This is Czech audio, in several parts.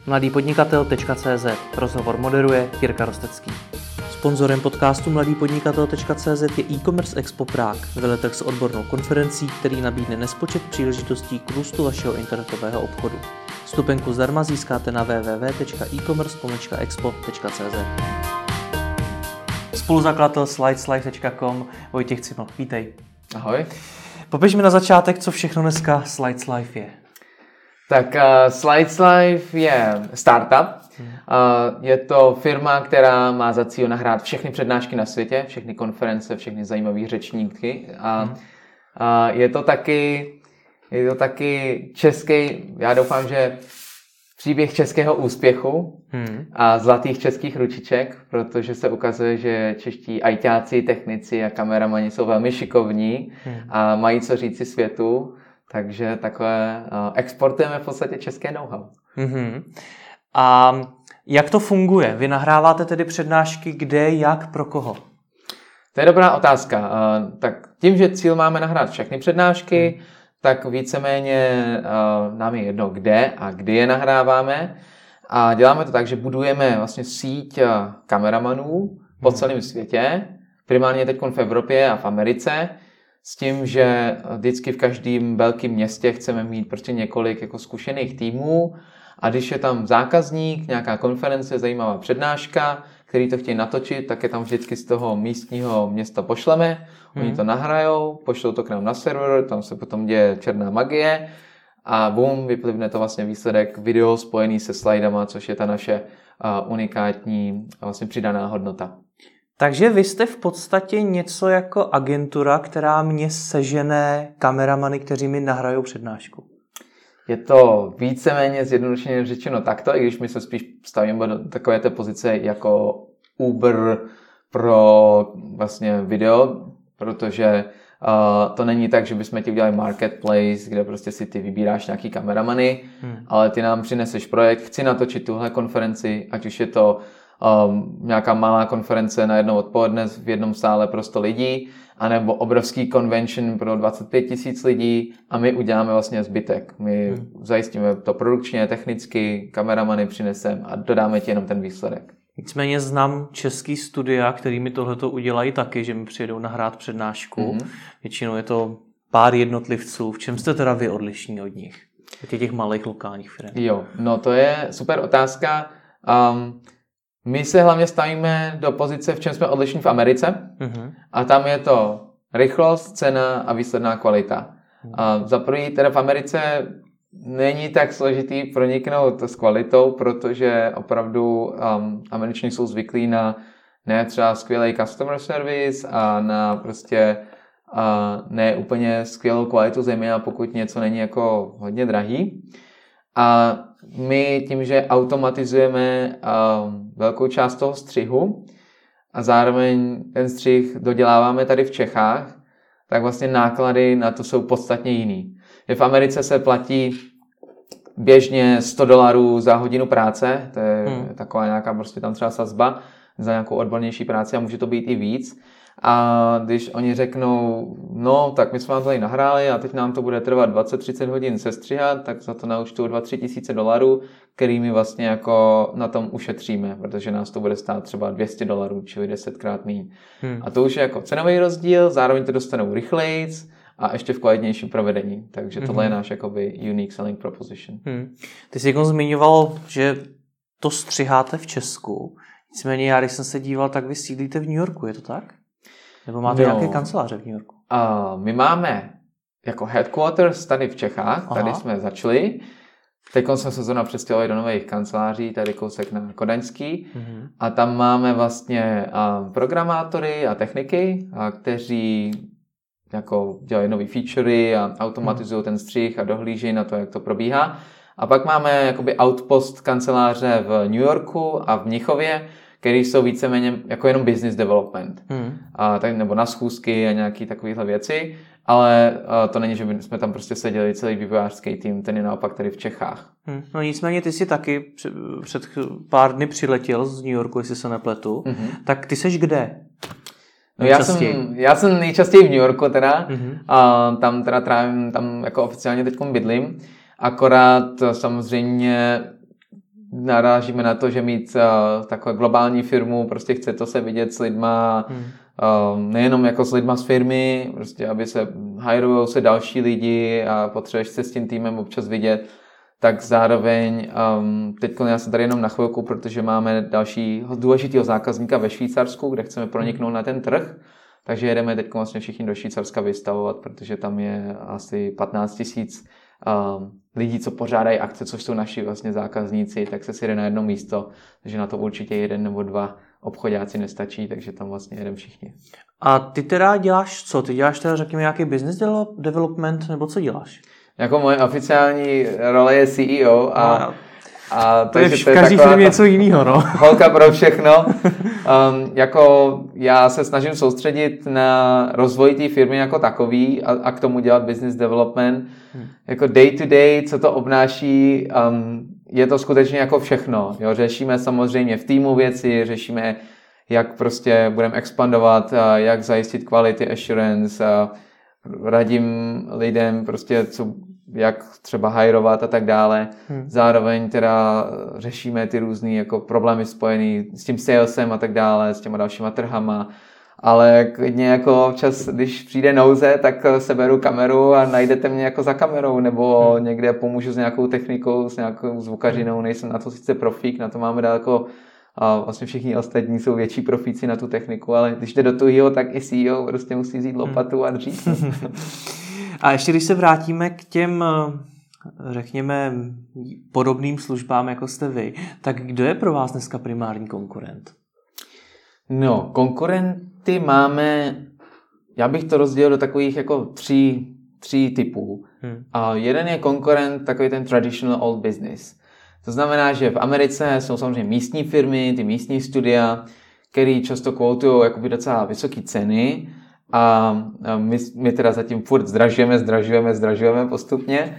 mladýpodnikatel.cz. Rozhovor moderuje Jirka Rostecký. Sponzorem podcastu mladýpodnikatel.cz je e-commerce Expo Prague, veletrh s odbornou konferencí, který nabídne nespočet příležitostí k růstu vašeho internetového obchodu. Vstupenku zdarma získáte na www.ecommerce-expo.cz. Spoluzakladatel slideslive.com Vojtěch Ciml, vítej. Ahoj. Popiš mi na začátek, co všechno dneska SlidesLive je. Tak SlidesLive je startup. Je to firma, která má za cíl nahrát všechny přednášky na světě, všechny konference, všechny zajímavé řečníky. Je to taky český, já doufám, že příběh českého úspěchu a zlatých českých ručiček, protože se ukazuje, že čeští ajťáci, technici a kameramani jsou velmi šikovní a mají co říci světu, takže takové exportujeme v podstatě české know-how. A jak to funguje? Vy nahráváte tedy přednášky kde, jak, pro koho? To je dobrá otázka. Tak tím, že cíl máme nahrát všechny přednášky, tak víceméně nám je jedno kde a kdy je nahráváme. A děláme to tak, že budujeme vlastně síť kameramanů po celém světě, primárně teď v Evropě a v Americe, s tím, že vždycky v každém velkém městě chceme mít prostě několik jako zkušených týmů a když je tam zákazník, nějaká konference, zajímavá přednáška, který to chtějí natočit, tak je tam vždycky z toho místního města pošleme, oni to nahrajou, pošlou to k nám na server, tam se potom děje černá magie a boom, vyplivne to vlastně výsledek video spojený se slidama, což je ta naše unikátní vlastně přidaná hodnota. Takže vy jste v podstatě něco jako agentura, která mě sežene kameramany, kteří mi nahrajou přednášku. Je to víceméně zjednodušeně řečeno takto, i když my se spíš stavíme do takové té pozice jako Uber pro vlastně video, protože to není tak, že bychom ti udělali marketplace, kde prostě si ty vybíráš nějaký kameramany, ale ty nám přineseš projekt, chci natočit tuhle konferenci, ať už je to nějaká malá konference na jedno odpoledne v jednom sále pro 100 lidí, anebo obrovský convention pro 25 000 lidí a my uděláme vlastně zbytek. My zajistíme to produkčně, technicky, kameramany přineseme a dodáme ti jenom ten výsledek. Nicméně znám český studia, který mi tohleto udělají taky, že mi přijedou nahrát přednášku. Většinou je to pár jednotlivců. V čem jste teda vy odlišní od nich? Od těch malých lokálních firm? Jo, no to je super otázka. My se hlavně stavíme do pozice, v čem jsme odlišní v Americe. A tam je to rychlost, cena a výsledná kvalita. Za první teda v Americe není tak složitý proniknout s kvalitou, protože opravdu Američané jsou zvyklí na ne třeba skvělý customer service a na prostě ne úplně skvělou kvalitu, zejména pokud něco není jako hodně drahý. A my tím, že automatizujeme velkou část toho střihu a zároveň ten střih doděláváme tady v Čechách, tak vlastně náklady na to jsou podstatně jiný. V Americe se platí běžně $100 za hodinu práce, to je taková nějaká prostě tam třeba sazba za nějakou odbornější práci a může to být i víc. A když oni řeknou, no tak my jsme vám tady nahráli a teď nám to bude trvat 20-30 hodin sestříhat, tak za to naučtu $2-3 000, kterými vlastně jako na tom ušetříme, protože nás to bude stát třeba $200, čili 10krát méně. A to už je jako cenový rozdíl, zároveň to dostanou rychlejc a ještě v kvalitnějším provedení. Takže tohle je náš jakoby unique selling proposition. Ty jsi jako zmiňoval, že to střiháte v Česku. Nicméně já, když jsem se díval, tak vy sídlíte v New Yorku, je to tak? Nebo máte nějaké kanceláře v New Yorku? My máme jako headquarters tady v Čechách, tady jsme začali. Teď jsme se zrovna přestěhovali do nových kanceláří, tady kousek na Kodaňský. A tam máme vlastně programátory a techniky, kteří jako dělají nové featurey a automatizují ten střih a dohlížejí na to, jak to probíhá. A pak máme jakoby outpost kanceláře v New Yorku a v Mnichově, které jsou víceméně jako jenom business development. Tak, nebo na schůzky a nějaké takovéhle věci, ale to není, že jsme tam prostě seděli celý vývojářský tým, ten je naopak tady v Čechách. No nicméně ty jsi taky před pár dny přiletěl z New Yorku, jestli se nepletu. Tak ty seš kde? No já jsem nejčastěji v New Yorku teda, a tam teda trávím, tam jako oficiálně teďkom bydlím, akorát samozřejmě narážíme na to, že mít takovou globální firmu, prostě chce to se vidět s lidma, nejenom jako s lidma z firmy, prostě aby se hirujou se další lidi a potřebuješ se s tím týmem občas vidět, tak zároveň teď já jsem tady jenom na chvilku, protože máme dalšího důležitého zákazníka ve Švýcarsku, kde chceme proniknout na ten trh, takže jedeme teď vlastně všichni do Švýcarska vystavovat, protože tam je asi 15 000 lidí, co pořádají akce, což jsou naši vlastně zákazníci, tak se jde na jedno místo, takže na to určitě 1 nebo 2 obchodáci nestačí, takže tam vlastně jedeme všichni. A ty teda děláš co? Ty děláš teda řekněme nějaký business development, nebo co děláš? Jako moje oficiální role je CEO a to je v každý firmě něco jiného, no. Holka pro všechno. Jako já se snažím soustředit na rozvoj té firmy jako takový a k tomu dělat business development. Jako day to day, co to obnáší, je to skutečně jako všechno. Jo? Řešíme samozřejmě v týmu věci, řešíme, jak prostě budeme expandovat, jak zajistit quality assurance, radím lidem prostě, jak třeba hajrovat a tak dále. Zároveň teda řešíme ty různé jako problémy spojené s tím salesem a tak dále, s těma dalšíma trhama. Ale klidně jako občas, když přijde nouze, tak seberu kameru a najdete mě jako za kamerou, nebo někde pomůžu s nějakou technikou, s nějakou zvukařinou, nejsem na to sice profík, na to máme daleko a vlastně všichni ostatní jsou větší profíci na tu techniku, ale když jde do tuhýho, tak i CEO prostě musí vzít lopatu a dřít. A ještě když se vrátíme k těm, řekněme, podobným službám, jako jste vy, tak kdo je pro vás dneska primární konkurent? No, konkurenty máme, já bych to rozdělil do takových jako tří typů. A jeden je konkurent, takový ten traditional old business. To znamená, že v Americe jsou samozřejmě místní firmy, ty místní studia, které často quotují jakoby docela vysoké ceny a my teda zatím furt zdražujeme postupně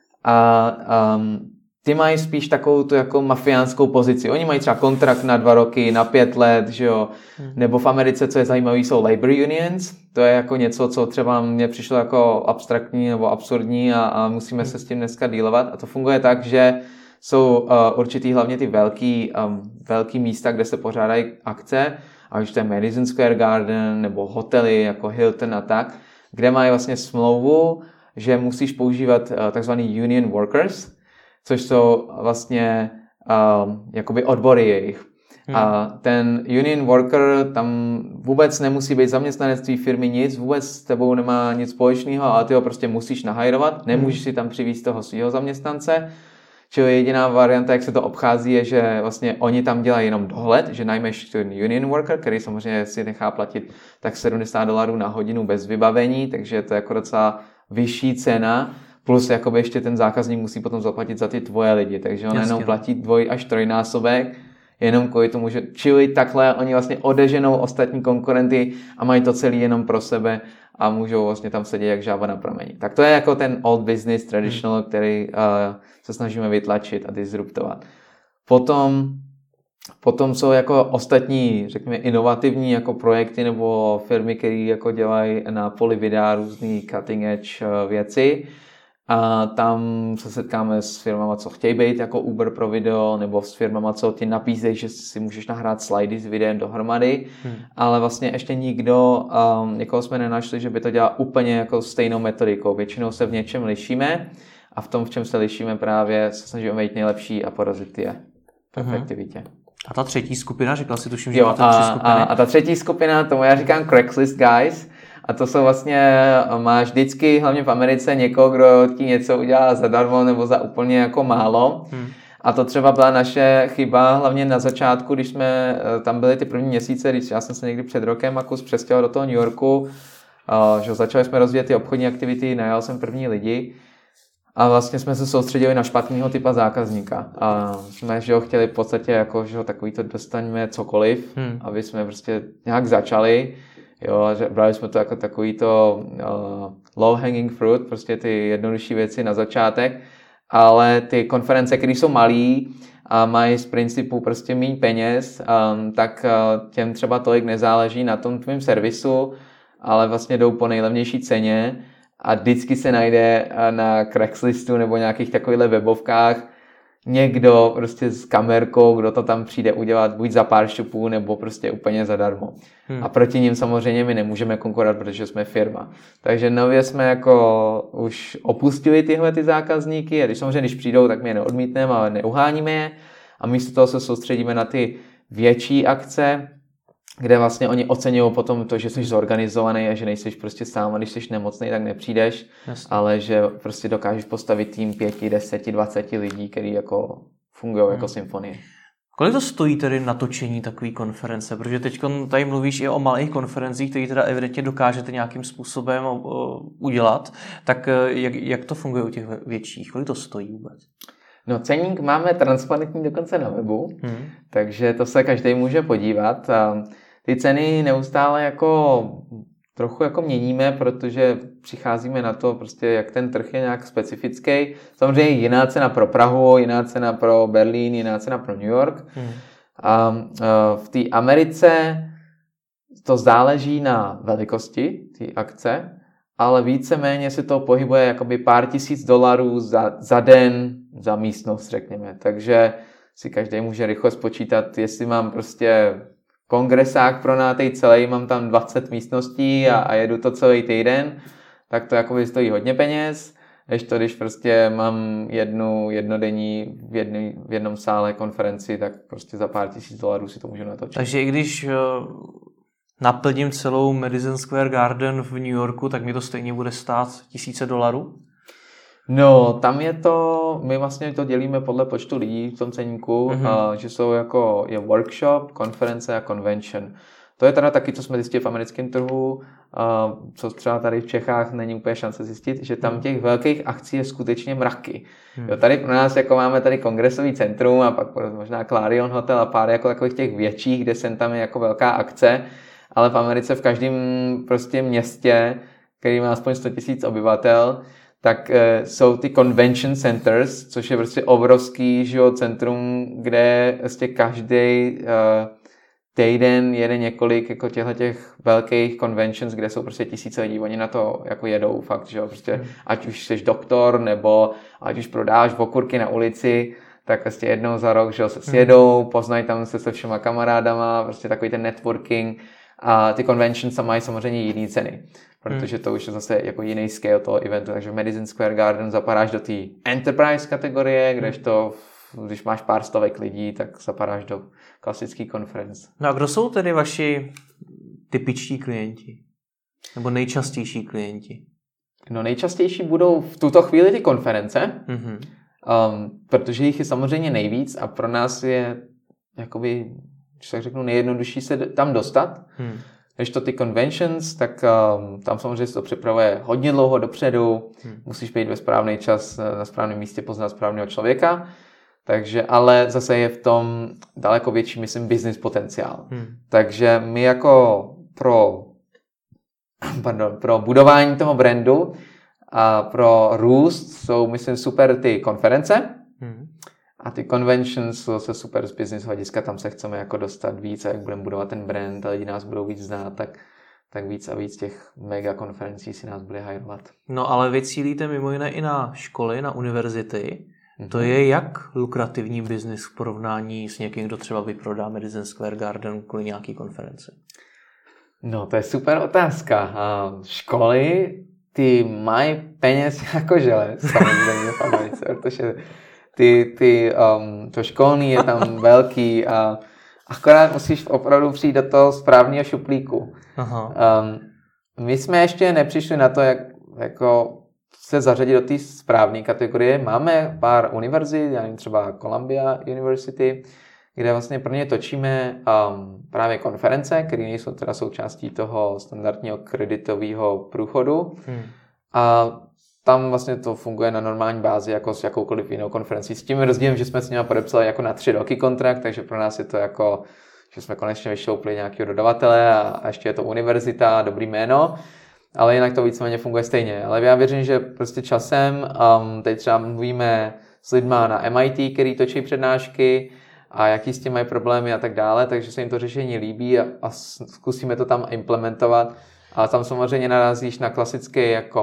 a ty mají spíš takovou tu jako mafiánskou pozici. Oni mají třeba kontrakt na 2 roky, na 5 let, že jo. Nebo v Americe, co je zajímavé, jsou labor unions. To je jako něco, co třeba mně přišlo jako abstraktní nebo absurdní a musíme se s tím dneska dealovat. A to funguje tak, že jsou určitý hlavně ty velký místa, kde se pořádají akce, a už to je Madison Square Garden nebo hotely jako Hilton a tak, kde mají vlastně smlouvu, že musíš používat takzvaný union workers, což jsou vlastně jakoby odbory jejich. A ten union worker tam vůbec nemusí být zaměstnanec tvý firmy, nic, vůbec s tebou nemá nic společného, ale ty ho prostě musíš nahajrovat, nemůžeš si tam přivést toho svého zaměstnance. Čili jediná varianta, jak se to obchází, je, že vlastně oni tam dělají jenom dohled, že najmeš ten union worker, který samozřejmě si nechá platit tak $70 na hodinu bez vybavení, takže to je jako docela vyšší cena, plus jakoby ještě ten zákazník musí potom zaplatit za ty tvoje lidi, takže on jenom platí 2 až 3násobek, jenom kvůli tomu, že čili takhle oni vlastně odeženou ostatní konkurenty a mají to celý jenom pro sebe a můžou vlastně tam sedět jak žába na prameni. Tak to je jako ten old business, traditional, který se snažíme vytlačit a disruptovat. Potom jsou jako ostatní, řekněme, inovativní jako projekty nebo firmy, které jako dělají na poli videa různý cutting edge věci. A tam se setkáme s firmama, co chtějí být jako Uber pro video, nebo s firmama, co ti nabízejí, že si můžeš nahrát slidy s videem dohromady, ale vlastně ještě někoho jsme nenašli, že by to dělal úplně jako stejnou metodikou. Většinou se v něčem lišíme a v tom, v čem se lišíme, právě se snažíme být nejlepší a porazit je v efektivitě. A ta třetí skupina, řekla si tuším, že máte 3 skupiny. A ta třetí skupina, tomu já říkám Craigslist guys. A to jsou vlastně, máš vždycky, hlavně v Americe, někoho, kdo ti něco udělá zadarmo nebo za úplně jako málo. A to třeba byla naše chyba, hlavně na začátku, když jsme tam byli ty první měsíce, když já jsem se někdy před rokem a kus přestěhoval do toho New Yorku, že začali jsme rozvíjet ty obchodní aktivity, najal jsem první lidi a vlastně jsme se soustředili na špatného typa zákazníka. A jsme, že ho chtěli v podstatě jako, že ho takový to dostaňme cokoliv, aby jsme prostě nějak začali. Jo, že brali jsme to jako takovýto low hanging fruit, prostě ty jednodušší věci na začátek, ale ty konference, které jsou malý a mají z principu prostě méně peněz, tak těm třeba tolik nezáleží na tom tvým servisu, ale vlastně jdou po nejlevnější ceně a vždycky se najde na Craigslistu nebo nějakých takovýchhle webovkách někdo prostě s kamerkou, kdo to tam přijde udělat buď za pár šupů, nebo prostě úplně zadarmo. A proti ním samozřejmě my nemůžeme konkurovat, protože jsme firma. Takže nově jsme jako už opustili tyhle ty zákazníky a když přijdou, tak my je neodmítneme, ale neuháníme je a místo toho se soustředíme na ty větší akce, kde vlastně oni oceňují potom to, že jsi zorganizovaný a že nejsi prostě sám a když jsi nemocný, tak nepřijdeš, ale že prostě dokážeš postavit tým 5, 10, 20 lidí, kteří jako fungují jako symfonie. Kolik to stojí tedy natočení takové konference? Protože teď tady mluvíš i o malých konferencích, které teda evidentně dokážete nějakým způsobem udělat. Tak jak to funguje u těch větších? Kolik to stojí vůbec? No ceník máme transparentní dokonce na webu, takže to se každý může podívat. Ty ceny neustále jako trochu jako měníme, protože přicházíme na to, prostě jak ten trh je nějak specifický. Samozřejmě jiná cena pro Prahu, jiná cena pro Berlín, jiná cena pro New York. V té Americe to záleží na velikosti té akce, ale víceméně se to pohybuje jakoby pár $1000 za den, za místnost, řekněme. Takže si každý může rychle spočítat, jestli mám prostě kongresák pronátej celý, mám tam 20 místností a jedu to celý týden, tak to jakoby stojí hodně peněz. Když prostě mám jednodenní v jednom sále konferenci, tak prostě za pár $1000 si to můžu natočit. Takže i když naplním celou Madison Square Garden v New Yorku, tak mi to stejně bude stát $1000? No, tam je to, my vlastně to dělíme podle počtu lidí v tom ceníku, že jsou je workshop, konference a convention. To je teda taky, co jsme zjistili v americkém trhu, co třeba tady v Čechách není úplně šance zjistit, že tam těch velkých akcí je skutečně mraky. Jo, tady pro nás máme tady kongresový centrum a pak možná Clarion Hotel a pár jako takových těch větších, kde sem tam je jako velká akce, ale v Americe v každém prostě městě, který má aspoň 100 000 obyvatel, tak jsou ty convention centers, což je prostě obrovský centrum, kde prostě každý týden jede několik jako těch velkých conventions, kde jsou prostě tisíce lidí, oni na to jako jedou fakt, že jo, prostě ať už jsi doktor, nebo ať už prodáš okurky na ulici, tak prostě jednou za rok, že jo, se sjedou, poznají tam se všema kamarádama, prostě takový ten networking a ty conventions mají samozřejmě jiný ceny, protože to už je zase jako jiný scale toho eventu, takže v Madison Square Garden zapadáš do té enterprise kategorie, když máš pár stovek lidí, tak zapadáš do klasické konference. No a kdo jsou tedy vaši typičtí klienti? Nebo nejčastější klienti? No nejčastější budou v tuto chvíli ty konference, protože jich je samozřejmě nejvíc a pro nás je jakoby, když tak řeknu, nejjednodušší se tam dostat. Když to ty conventions, tak tam samozřejmě se to připravuje hodně dlouho dopředu, musíš být ve správný čas, na správném místě poznat správného člověka, takže ale zase je v tom daleko větší, myslím, business potenciál. Takže my jako pro budování toho brandu a pro růst jsou, myslím, super ty konference a ty conventions jsou zase super z business hlediska, tam se chceme jako dostat víc a jak budeme budovat ten brand a lidi nás budou víc znát, tak víc a víc těch mega konferencí si nás bude hajrovat. No ale vy cílíte mimo jiné i na školy, na univerzity. To je jak lukrativní biznis v porovnání s někým, kdo třeba vyprodá Madison Square Garden kvůli nějaký konferenci? No, to je super otázka. Školy, ty mají peněz jako želez, samozřejmě v Americe, protože to školní je tam velký a akorát musíš opravdu přijít do toho správného šuplíku. My jsme ještě nepřišli na to, jak jako se zařadit do té správné kategorie. Máme pár univerzit, já nevím, třeba Columbia University, kde vlastně pro ně točíme právě konference, které nejsou teda součástí toho standardního kreditového průchodu. A tam vlastně to funguje na normální bázi jako s jakoukoliv jinou konferencí. S tím rozdílem, že jsme s nimi podepsali jako na 3 roky kontrakt, takže pro nás je to jako, že jsme konečně vyšloupli nějakého dodavatele a ještě je to univerzita, dobrý jméno. Ale jinak to víceméně funguje stejně. Ale já věřím, že prostě časem, teď třeba mluvíme s lidma na MIT, který točí přednášky a jaký s tím mají problémy a tak dále, takže se jim to řešení líbí a zkusíme to tam implementovat. A tam samozřejmě narazíš na klasický jako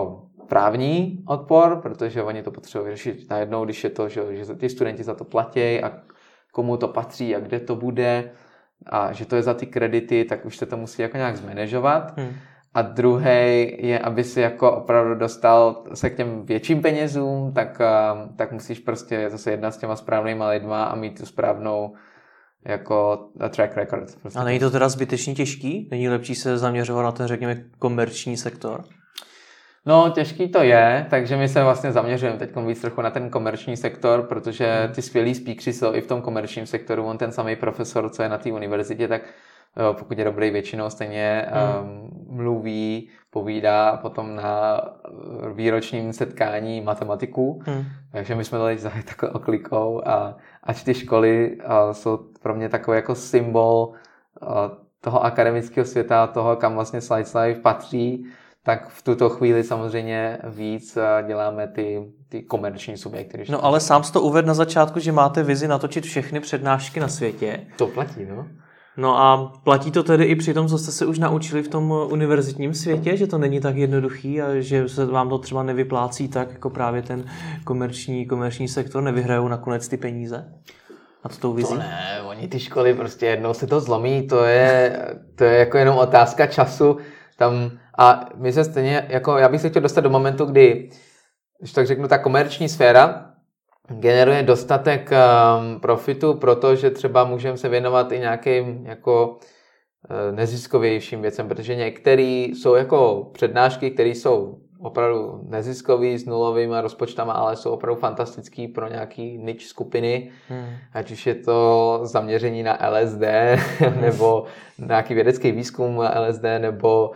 právní odpor, protože oni to potřebují řešit najednou, když je to, že ty studenti za to platí a komu to patří a kde to bude a že to je za ty kredity, tak už se to musí jako nějak zmanéžovat. A druhý je, aby si jako opravdu dostal se k těm větším penězům, tak musíš prostě zase jednat s těma správnýma lidma a mít tu správnou jako track record. Prostě. A není to teda zbytečně těžký? Není lepší se zaměřovat na ten, řekněme, komerční sektor? No, těžký to je, takže my se vlastně zaměřujeme teď víc trochu na ten komerční sektor, protože ty skvělí speakeři jsou i v tom komerčním sektoru. On ten samý profesor, co je na té univerzitě, tak pokud je dobrý, většinou stejně mluví, povídá potom na výročním setkání matematiků. Takže my jsme to teď vzali takovou oklikou a ač ty školy jsou pro mě takový jako symbol toho akademického světa, toho, kam vlastně Slides Live patří, tak v tuto chvíli samozřejmě víc děláme ty komerční subjekty. No ale sám jsi to uvedl na začátku, že máte vizi natočit všechny přednášky na světě. To platí, no. No a platí to tedy i při tom, co jste se už naučili v tom univerzitním světě, že to není tak jednoduchý a že se vám to třeba nevyplácí tak, jako právě ten komerční sektor, nevyhrajou nakonec ty peníze? A to tou vizí? To ne, oni ty školy prostě jednou se to zlomí, to je jako jenom otázka času. Tam, a my se stejně, jako já bych se chtěl dostat do momentu, kdy, když tak řeknu, ta komerční sféra generuje dostatek profitu, protože třeba můžeme se věnovat i nějakým jako neziskovějším věcem, protože některé jsou jako přednášky, které jsou opravdu neziskový s nulovými rozpočtama, ale jsou opravdu fantastický pro nějaký niche skupiny, ať už je to zaměření na LSD, nebo nějaký vědecký výzkum LSD, nebo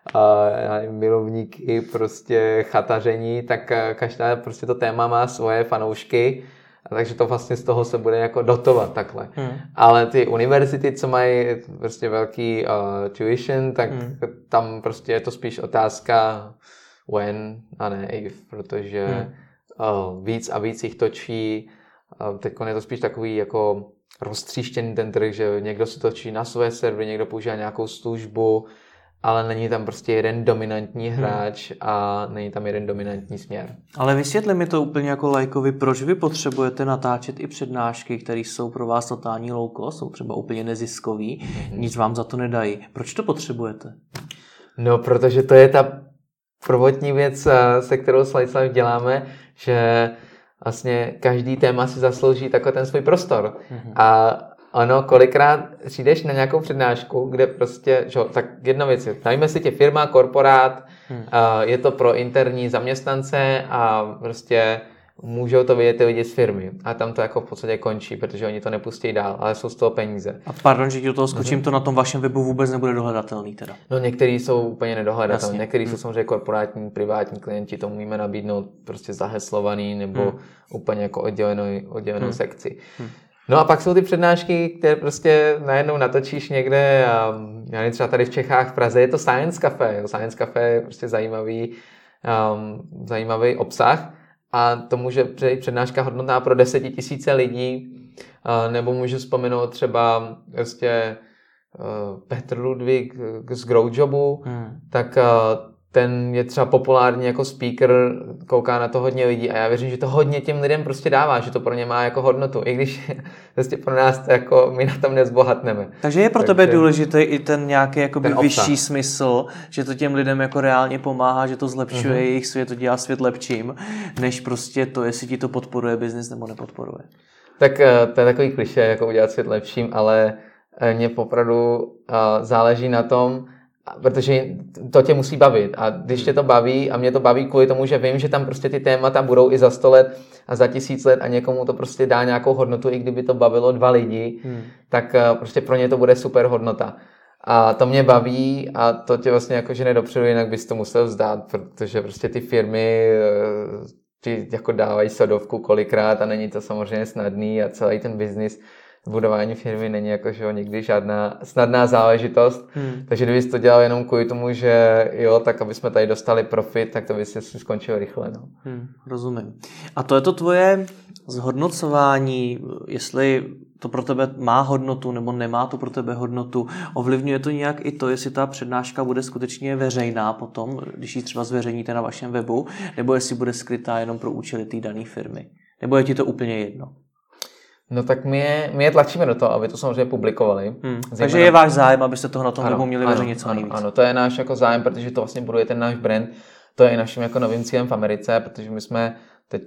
milovníky prostě chataření, tak každá prostě to téma má svoje fanoušky, takže to vlastně z toho se bude jako dotovat takhle. Ale ty univerzity, co mají prostě velký tuition, tak tam prostě je to spíš otázka when a ne if, protože víc a víc jich točí. Teď je to spíš takový jako roztříštěný ten trh, že někdo se točí na své servery, někdo používá nějakou službu, ale není tam prostě jeden dominantní hráč a není tam jeden dominantní směr. Ale vysvětli mi to úplně jako laikovi, proč vy potřebujete natáčet i přednášky, které jsou pro vás totální low cost, jsou třeba úplně neziskový, nic vám za to nedají. Proč to potřebujete? No, protože to je ta prvotní věc, se kterou Slides Live děláme, že vlastně každý téma si zaslouží takový ten svůj prostor. A ono, kolikrát přijdeš na nějakou přednášku, kde prostě, tak jedna věc je, najme si tě firma, korporát, je to pro interní zaměstnance a prostě můžou to vidět ty lidi z firmy. A tam to jako v podstatě končí, protože oni to nepustí dál, ale jsou z toho peníze. A pardon, že ti do toho skočím, to na tom vašem webu vůbec nebude dohledatelný teda. No některý jsou úplně nedohledatelný, některý jsou samozřejmě korporátní, privátní klienti, to můžeme nabídnout prostě zaheslovaný nebo úplně jako oddělenou sekci. No a pak jsou ty přednášky, které prostě najednou natočíš někde a já nevím, třeba tady v Čechách, v Praze je to Science Café. Science Café je prostě zajímavý obsah a to může být přednáška hodnotná pro 10 000 lidí, nebo můžu vzpomenout třeba prostě Petr Ludvík z Growjobu, tak ten je třeba populární jako speaker, kouká na to hodně lidí a já věřím, že to hodně těm lidem prostě dává, že to pro ně má jako hodnotu, i když prostě pro nás to jako my na tom nezbohatneme. Takže je pro tebe důležitý i ten nějaký jakoby vyšší smysl, že to těm lidem jako reálně pomáhá, že to zlepšuje jejich svět, to dělá svět lepším, než prostě to, jestli ti to podporuje biznis nebo nepodporuje. Tak to je takový klišé, jako udělat svět lepším, ale mě opravdu záleží na tom, protože to tě musí bavit a když tě to baví a mě to baví kvůli tomu, že vím, že tam prostě ty témata budou i za 100 let a za 1000 let a někomu to prostě dá nějakou hodnotu, i kdyby to bavilo 2 lidi, tak prostě pro ně to bude super hodnota. A to mě baví a to tě vlastně jakože nedopředu, jinak bys to musel vzdát, protože prostě ty firmy ty jako dávají sodovku kolikrát a není to samozřejmě snadný a celý ten biznis budování firmy není jakože někdy žádná snadná záležitost, takže kdybys to dělal jenom kvůli tomu, že jo, tak aby jsme tady dostali profit, tak to by si skončilo rychle. No. Rozumím. A to je to tvoje zhodnocování, jestli to pro tebe má hodnotu nebo nemá to pro tebe hodnotu. Ovlivňuje to nějak i to, jestli ta přednáška bude skutečně veřejná potom, když ji třeba zveřejníte na vašem webu, nebo jestli bude skrytá jenom pro účely té dané firmy. Nebo je ti to úplně jedno? No tak my je tlačíme do toho, aby to samozřejmě publikovali. Takže je váš zájem, abyste toho na tom webu měli veřejně co nejvíc. Ano, to je náš jako zájem, protože to vlastně buduje ten náš brand. To je i naším jako novým cílem v Americe, protože my jsme teď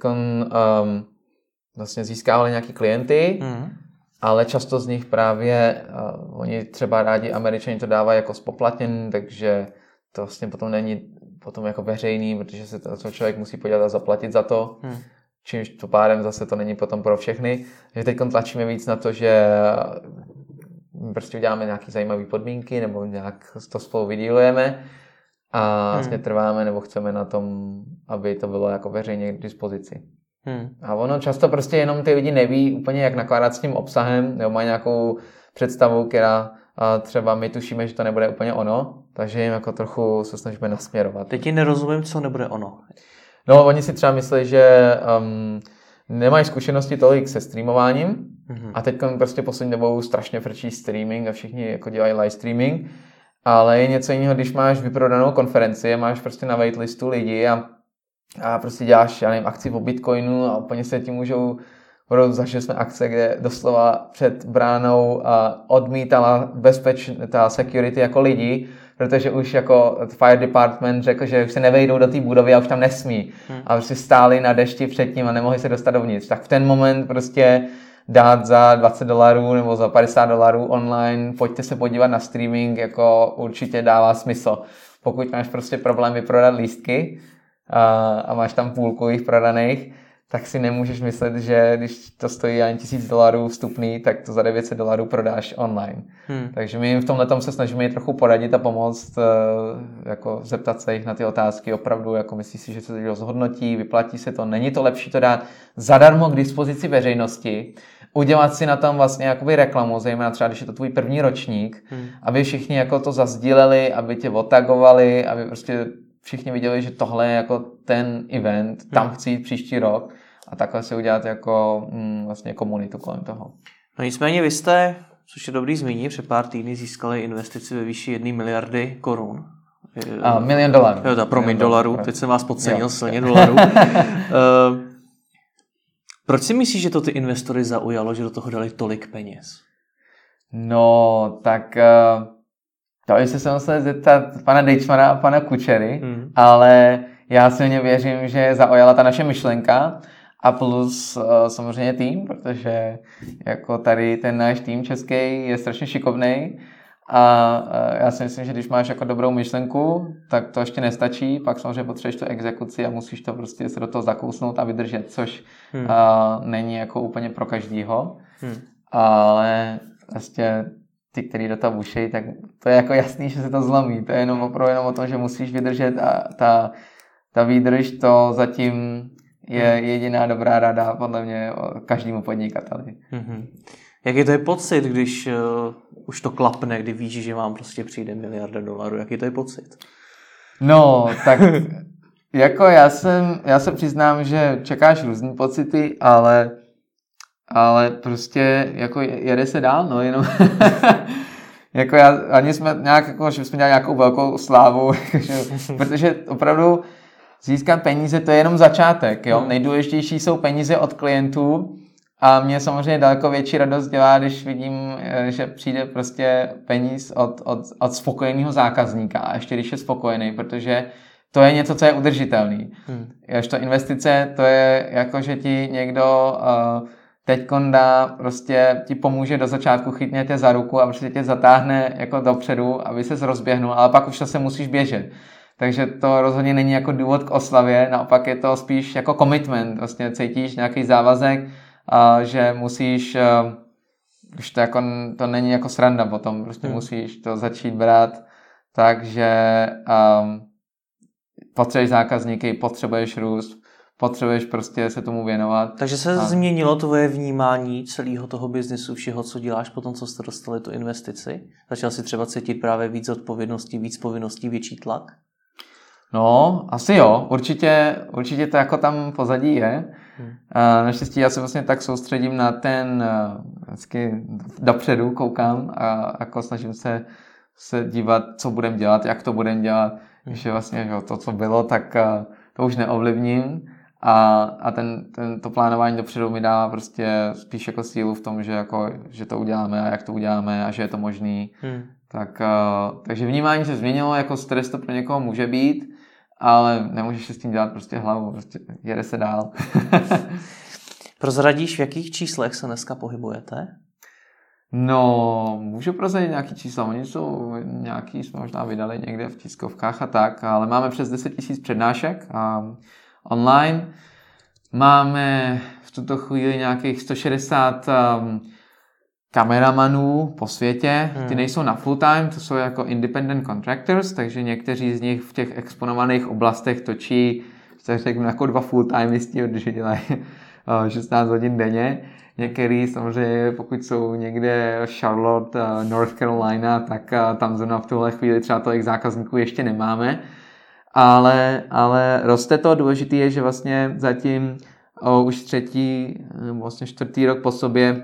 vlastně získávali nějaký klienty, ale často z nich právě oni třeba rádi Američani to dávají jako spoplatněný, takže to vlastně potom není potom jako veřejný, protože se to člověk musí podívat a zaplatit za to. Čímž to pádem zase to není potom pro všechny. Takže teď tlačíme víc na to, že prostě uděláme nějaké zajímavé podmínky nebo nějak to spolu vydílujeme a vlastně trváme nebo chceme na tom, aby to bylo jako veřejně k dispozici. A ono často prostě jenom ty lidi neví úplně, jak nakládat s tím obsahem, nebo mají nějakou představu, která třeba my tušíme, že to nebude úplně ono, takže jim jako trochu se snažíme nasměrovat. Teď ti nerozumím, co nebude ono. No, oni si třeba myslí, že nemají zkušenosti tolik se streamováním a teď prostě poslední dobou strašně frčí streaming a všichni jako dělají live streaming, ale je něco jiného, když máš vyprodanou konferenci, máš prostě na waitlistu lidi a prostě děláš, já nevím, akci o Bitcoinu a úplně se tím zažili jsme akce, kde doslova před bránou odmítala ta security jako lidi, protože už jako fire department řekl, že už se nevejdou do té budovy a už tam nesmí. A prostě stáli na dešti před tím a nemohli se dostat dovnitř. Tak v ten moment prostě dát za $20 nebo za $50 online, pojďte se podívat na streaming, jako určitě dává smysl. Pokud máš prostě problém vyprodat lístky a máš tam půlku jich prodaných, tak si nemůžeš myslet, že když to stojí ani $1000 vstupný, tak to za $900 prodáš online. Takže my v tomhletom se snažíme trochu poradit a pomoct, jako zeptat se jich na ty otázky. Opravdu, jako myslíš si, že se to zhodnotí, vyplatí se to, není to lepší to dát zadarmo k dispozici veřejnosti, udělat si na tom vlastně jakoby reklamu, zejména třeba, když je to tvůj první ročník, aby všichni jako to zazdíleli, aby tě otagovali, aby prostě všichni viděli, že tohle je jako ten event, tam chci jít příští rok a takhle si udělat jako vlastně komunitu kolem toho. No nicméně vy jste, což je dobrý zmínit, před pár týdny získali investici ve výši 1 miliardy korun. $1 milion. Jo, promiň, dolarů. Teď jsem vás podcenil silně dolarů. Proč si myslíš, že to ty investory zaujalo, že do toho dali tolik peněz? No, tak to ještě jsem musel zeptat pana Dejčmana a pana Kučery, ale já silně věřím, že zaujala ta naše myšlenka a plus samozřejmě tým, protože jako tady ten náš tým český je strašně šikovnej a já si myslím, že když máš jako dobrou myšlenku, tak to ještě nestačí, pak samozřejmě potřebuješ tu exekuci a musíš to prostě se do toho zakousnout a vydržet, což není jako úplně pro každýho, ale vlastně ty, který do toho bušejí, tak to je jako jasný, že se to zlomí. To je jenom o tom, že musíš vydržet a ta výdrž to zatím je jediná dobrá rada podle mě každému podnikateli. Jaký to je pocit, když už to klapne, kdy víš, že vám prostě přijde $1 miliarda? Jaký to je pocit? No, tak jako já se přiznám, že čekáš různý pocity, ale prostě jako jede se dál, no, jenom jako ani jsme nějak, jako, že jsme dělali nějakou velkou slávu, protože opravdu získat peníze, to je jenom začátek, jo, nejdůležitější jsou peníze od klientů a mě samozřejmě daleko větší radost dělá, když vidím, že přijde prostě peníz od spokojeného zákazníka a ještě když je spokojený, protože to je něco, co je udržitelný. Jažto investice, to je jako, že ti někdo teďkon prostě ti pomůže do začátku, chytne tě za ruku a prostě tě zatáhne jako dopředu, aby ses rozběhnul, ale pak už zase musíš běžet. Takže to rozhodně není jako důvod k oslavě, naopak je to spíš jako commitment, vlastně cítíš nějaký závazek, že musíš, už to, jako, to není jako sranda potom, prostě musíš to začít brát, takže potřebuješ zákazníky, potřebuješ růst, potřebuješ prostě se tomu věnovat. Takže se změnilo tvoje vnímání celého toho biznesu, všeho, co děláš po tom, co jste dostali tu investici? Začal si třeba cítit právě víc odpovědností, víc povinností, větší tlak? No, asi jo, určitě to jako tam pozadí je. Naštěstí já se vlastně tak soustředím na ten, vždycky dopředu koukám a jako snažím se dívat, co budeme dělat, jak to budeme dělat, že vlastně že to, co bylo, tak to už neovlivním a to plánování dopředu mi dá prostě spíš jako sílu v tom, že to uděláme a jak to uděláme a že je to možný. Takže vnímání se změnilo, jako stres to pro někoho může být, ale nemůžeš se s tím dělat prostě hlavu, prostě jede se dál. Prozradíš, v jakých číslech se dneska pohybujete? No, můžu prozradit nějaký čísla, oni jsou nějaký, jsme možná vydali někde v tiskovkách a tak, ale máme přes 10 000 přednášek online. Máme v tuto chvíli nějakých 160 kameramanů po světě, ty nejsou na full time, to jsou jako independent contractors, takže někteří z nich v těch exponovaných oblastech točí, řeknu, jako 2 full timeisti, protože dělají 16 hodin denně. Některý samozřejmě, pokud jsou někde Charlotte, North Carolina, tak tam zrovna v tuhle chvíli třeba tolik zákazníků ještě nemáme. Ale roste to, důležitý je, že vlastně zatím už 3. nebo vlastně 4. rok po sobě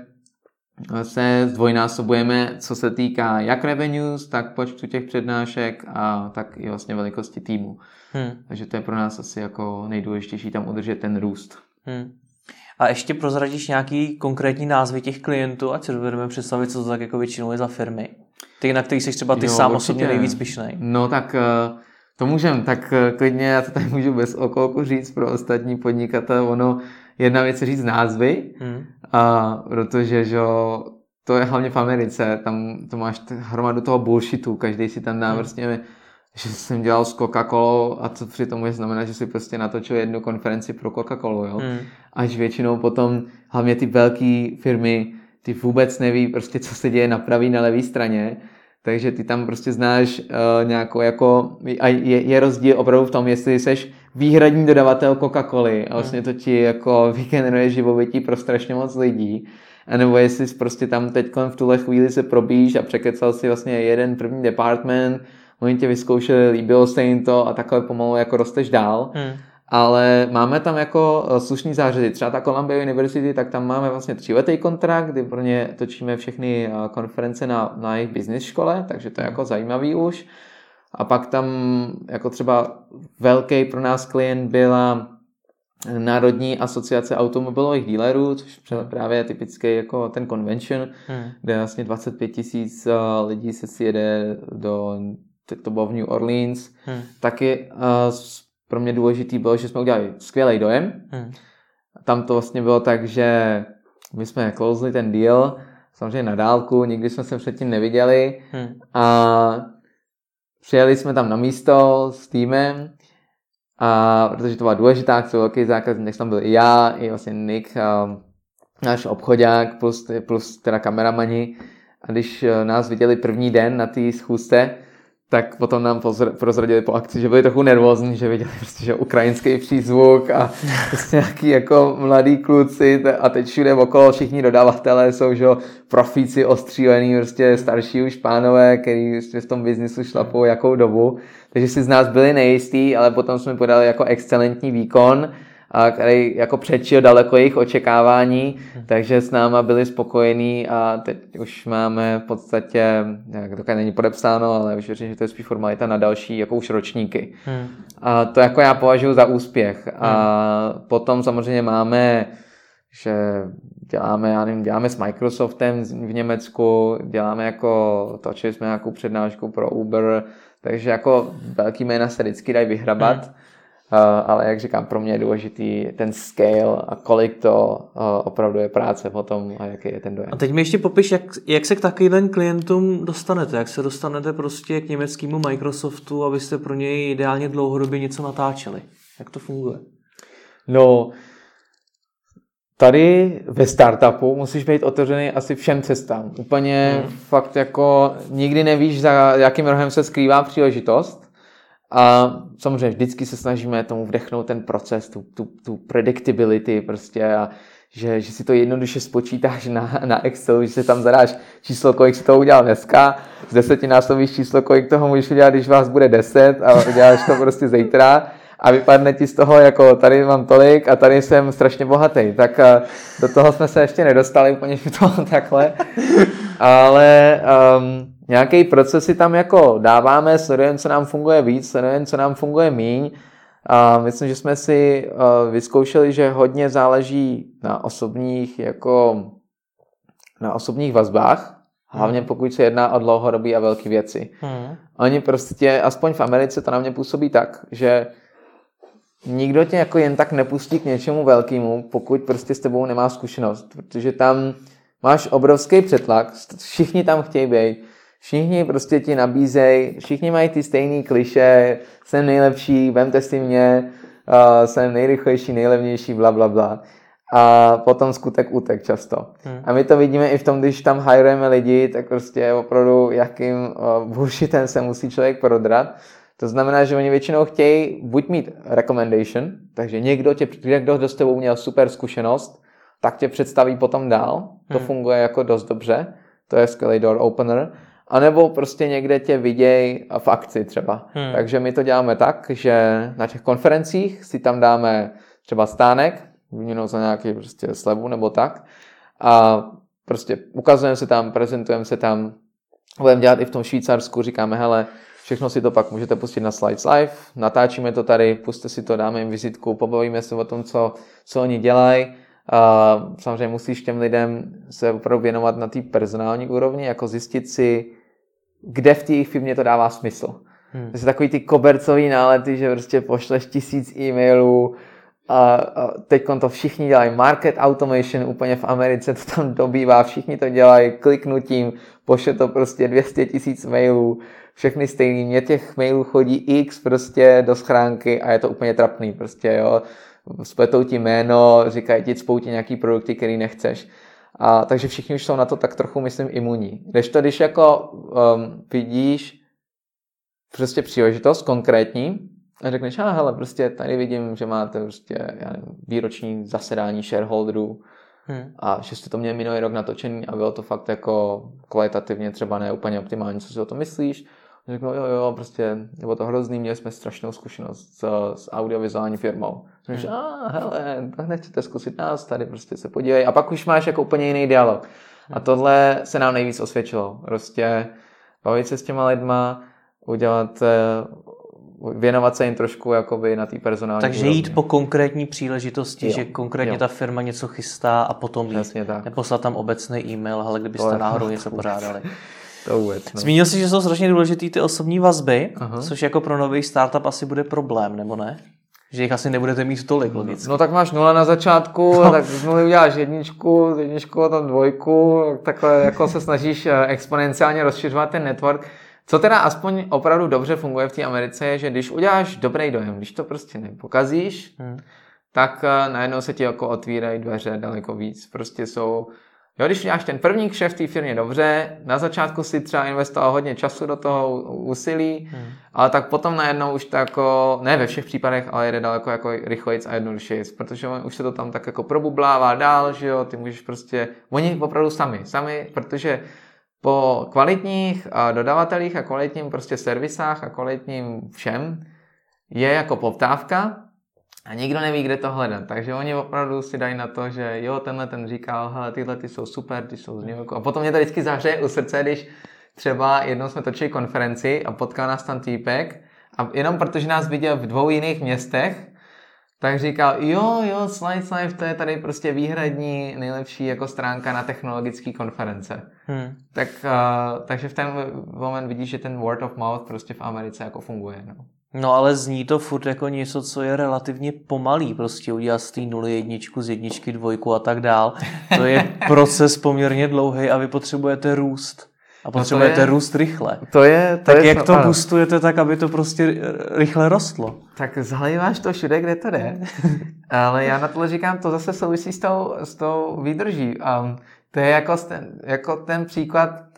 se zdvojnásobujeme, co se týká jak revenues, tak počtu těch přednášek a tak i vlastně velikosti týmu. Takže to je pro nás asi jako nejdůležitější tam udržet ten růst. A ještě prozradíš nějaký konkrétní názvy těch klientů, ať si dovedeme představit, co to tak jako většinou je za firmy. Ty, na kterých jsi třeba ty sám osobně nejvíc pyšnej. No tak to můžem, tak klidně já to tady můžu bez okolku říct pro ostatní podnikatele. Ono, jedna věc je říct názvy, protože že, to je hlavně v Americe, tam to máš hromadu toho bullshitu, každý si tam dá vlastně, že jsem dělal s Coca-Colou a co přitom je znamená, že si prostě natočil jednu konferenci pro Coca-Colu, jo. Až většinou potom hlavně ty velké firmy, ty vůbec neví prostě, co se děje na pravý, na levý straně, takže ty tam prostě znáš nějakou jako, a je rozdíl opravdu v tom, jestli seš výhradní dodavatel Coca-Coly a vlastně to ti jako vygeneruje živobytí pro strašně moc lidí, anebo jestli prostě tam teď v tuhle chvíli se probíš a překecal si vlastně jeden první department, oni tě vyzkoušeli, líbilo se jim to a takhle pomalu jako rosteš dál. Ale máme tam jako slušný zářady. Třeba ta Columbia University, tak tam máme vlastně 3letý kontrakt, kdy pro ně točíme všechny konference na jejich business škole, takže to je jako zajímavý už. A pak tam jako třeba velký pro nás klient byla Národní asociace automobilových dealerů, což právě typický jako ten convention, kde vlastně 25 000 lidí se sjede to bylo v New Orleans. Taky pro mě důležitý bylo, že jsme udělali skvělý dojem. Tam to vlastně bylo tak, že my jsme closeli ten deal, samozřejmě na dálku, nikdy jsme se předtím neviděli a přijeli jsme tam na místo s týmem a protože to byla důležitá akce, velký zákazník, tak tam byl i já, i vlastně Nick, náš obchodák, plus teda kameramani a když nás viděli první den na té schůzce, tak potom nám prozradili po akci, že byli trochu nervózní, že viděli prostě, že ukrajinský přízvuk a prostě nějaký jako mladý kluci a teď všude okolo všichni dodavatelé jsou, že profíci ostřílený, prostě starší už pánové, který prostě v tom biznisu šlapou jakou dobu, takže si z nás byli nejistí, ale potom jsme podali jako excelentní výkon, který jako předčil daleko jejich očekávání, takže s náma byli spokojení a teď už máme v podstatě, jak to není podepsáno, ale už věřím, že to je spíš formalita na další jako už ročníky. A to jako já považuji za úspěch. A potom samozřejmě máme, že děláme s Microsoftem v Německu, točili jsme nějakou přednášku pro Uber, takže jako velký jména se vždycky dají vyhrabat. Ale jak říkám, pro mě je důležitý ten scale a kolik to opravdu je práce potom a jaký je ten dojem. A teď mi ještě popiš, jak se k takovým klientům dostanete, jak se dostanete prostě k německému Microsoftu, abyste pro něj ideálně dlouhodobě něco natáčeli. Jak to funguje? No, tady ve startupu musíš být otevřený asi všem cestám. Úplně fakt jako nikdy nevíš, za jakým rohem se skrývá příležitost. A samozřejmě vždycky se snažíme tomu vdechnout ten proces, tu predictability prostě a že si to jednoduše spočítáš na Excel, že si tam zadáš číslo, kolik si to udělal dneska, z 10násobíš číslo, kolik toho můžeš udělat, když vás bude 10 a uděláš to prostě zítra a vypadne ti z toho, jako tady mám tolik a tady jsem strašně bohatý. Tak do toho jsme se ještě nedostali úplně v toho takhle, ale nějaký proces si tam jako dáváme, sledujeme, co nám funguje víc, sledujeme, co nám funguje míň. Myslím, že jsme si vyzkoušeli, že hodně záleží na osobních vazbách, hlavně pokud se jedná o dlouhodobé a velké věci. Oni prostě, aspoň v Americe to na mě působí tak, že nikdo tě jako jen tak nepustí k něčemu velkému, pokud prostě s tebou nemá zkušenost, protože tam máš obrovský přetlak, všichni tam chtějí být, všichni prostě ti nabízejí, všichni mají ty stejný klišé, jsem nejlepší, vemte si mě, jsem nejrychlejší, nejlevnější, bla, bla, bla. A potom skutek utek často. A my to vidíme i v tom, když tam hirujeme lidi, tak prostě opravdu jakým bullshitem se musí člověk prodrat. To znamená, že oni většinou chtějí buď mít recommendation, takže někdo s tebou měl super zkušenost, tak tě představí potom dál. To funguje jako dost dobře. To je skvělý door opener. A nebo prostě někde tě viděj v akci třeba. Takže my to děláme tak, že na těch konferencích si tam dáme třeba stánek, výměnou za nějaký prostě slevu nebo tak. A prostě ukazujeme se tam, prezentujeme se tam. Budeme dělat i v tom Švýcarsku, říkáme, hele, všechno si to pak můžete pustit na Slides Live, natáčíme to tady, pusťte si to, dáme jim vizitku, pobavíme se o tom, co oni dělají. Samozřejmě musíš těm lidem se opravdu věnovat na té personální úrovni, jako zjistit si, kde v té jejich firmě to dává smysl. To jsou takový ty kobercový nálety, že prostě pošleš 1000 e-mailů a teď to všichni dělají. Market automation úplně v Americe to tam dobývá, všichni to dělají kliknutím, pošle to prostě 200 000 mailů, všechny stejný. Mně těch mailů chodí x prostě do schránky a je to úplně trapný prostě, jo. Spletou ti jméno, říkají ti, cpou ti nějaký produkty, který nechceš. Takže všichni už jsou na to tak trochu, myslím, imunní. Když jako vidíš prostě příležitost konkrétní a řekneš, hele, prostě tady vidím, že máte prostě, výroční zasedání shareholderů a že jste to měli minulý rok natočený a bylo to fakt jako kvalitativně třeba ne úplně optimální, co si o tom myslíš. Řeknou, jo, prostě bylo to hrozný, měli jsme strašnou zkušenost s audiovizuální firmou. Řekneš, hele, tak nechcete zkusit nás, tady prostě se podívej. A pak už máš jako úplně jiný dialog. A tohle se nám nejvíc osvědčilo. Prostě bavit se s těma lidma, věnovat se jim trošku jakoby na té personální Takže úrovni. jít po konkrétní příležitosti, že konkrétně ta firma něco chystá a potom jít. Neposlat tam obecný e-mail, ale kdybyste náhodou něco pořádali. To vůbec, no. Zmínil jsi, že jsou strašně důležitý ty osobní vazby, což jako pro nový startup asi bude problém, nebo ne? Že jich asi nebudete mít tolik, logicky. No tak máš 0 na začátku, tak z 0 uděláš jedničku tam 2, takhle jako se snažíš exponenciálně rozšiřovat ten network. Co teda aspoň opravdu dobře funguje v té Americe je, že když uděláš dobrý dojem, když to prostě nepokazíš, tak najednou se ti jako otvírají dveře daleko víc. Prostě jsou, když uděláš ten první kšeft v té firmě dobře, na začátku si třeba investoval hodně času do toho úsilí, ale tak potom najednou už to jako, ne ve všech případech, ale jede daleko jako rychlejc a jednodušejc, protože už se to tam tak jako probublává dál, že jo, ty můžeš prostě, oni opravdu sami, protože po kvalitních dodavatelích a kvalitním prostě servisách a kvalitním všem je jako poptávka a nikdo neví, kde to hledat. Takže oni opravdu si dají na to, že jo, tenhle ten říkal, hele, tyhle ty jsou super, ty jsou z New Yorku. A potom mě to vždycky zahřeje u srdce, když třeba jednou jsme točili konferenci a potkal nás tam týpek a jenom protože nás viděl v 2 jiných městech, tak říkal, jo, Slides Live, to je tady prostě výhradní nejlepší jako stránka na technologické konference. Takže v ten moment vidíš, že ten word of mouth prostě v Americe jako funguje. No ale zní to furt jako něco, co je relativně pomalý, prostě udělat z té 0 jedničku, z jedničky 2 a tak dál. To je proces poměrně dlouhý a vy potřebujete růst. A potřebujete růst rychle. Jak to boostujete tak, aby to prostě rychle rostlo? Tak zhalíváš to všude, kde to jde. Ale já na tohle říkám, to zase souvisí s tou výdrží. To je jako ten příklad,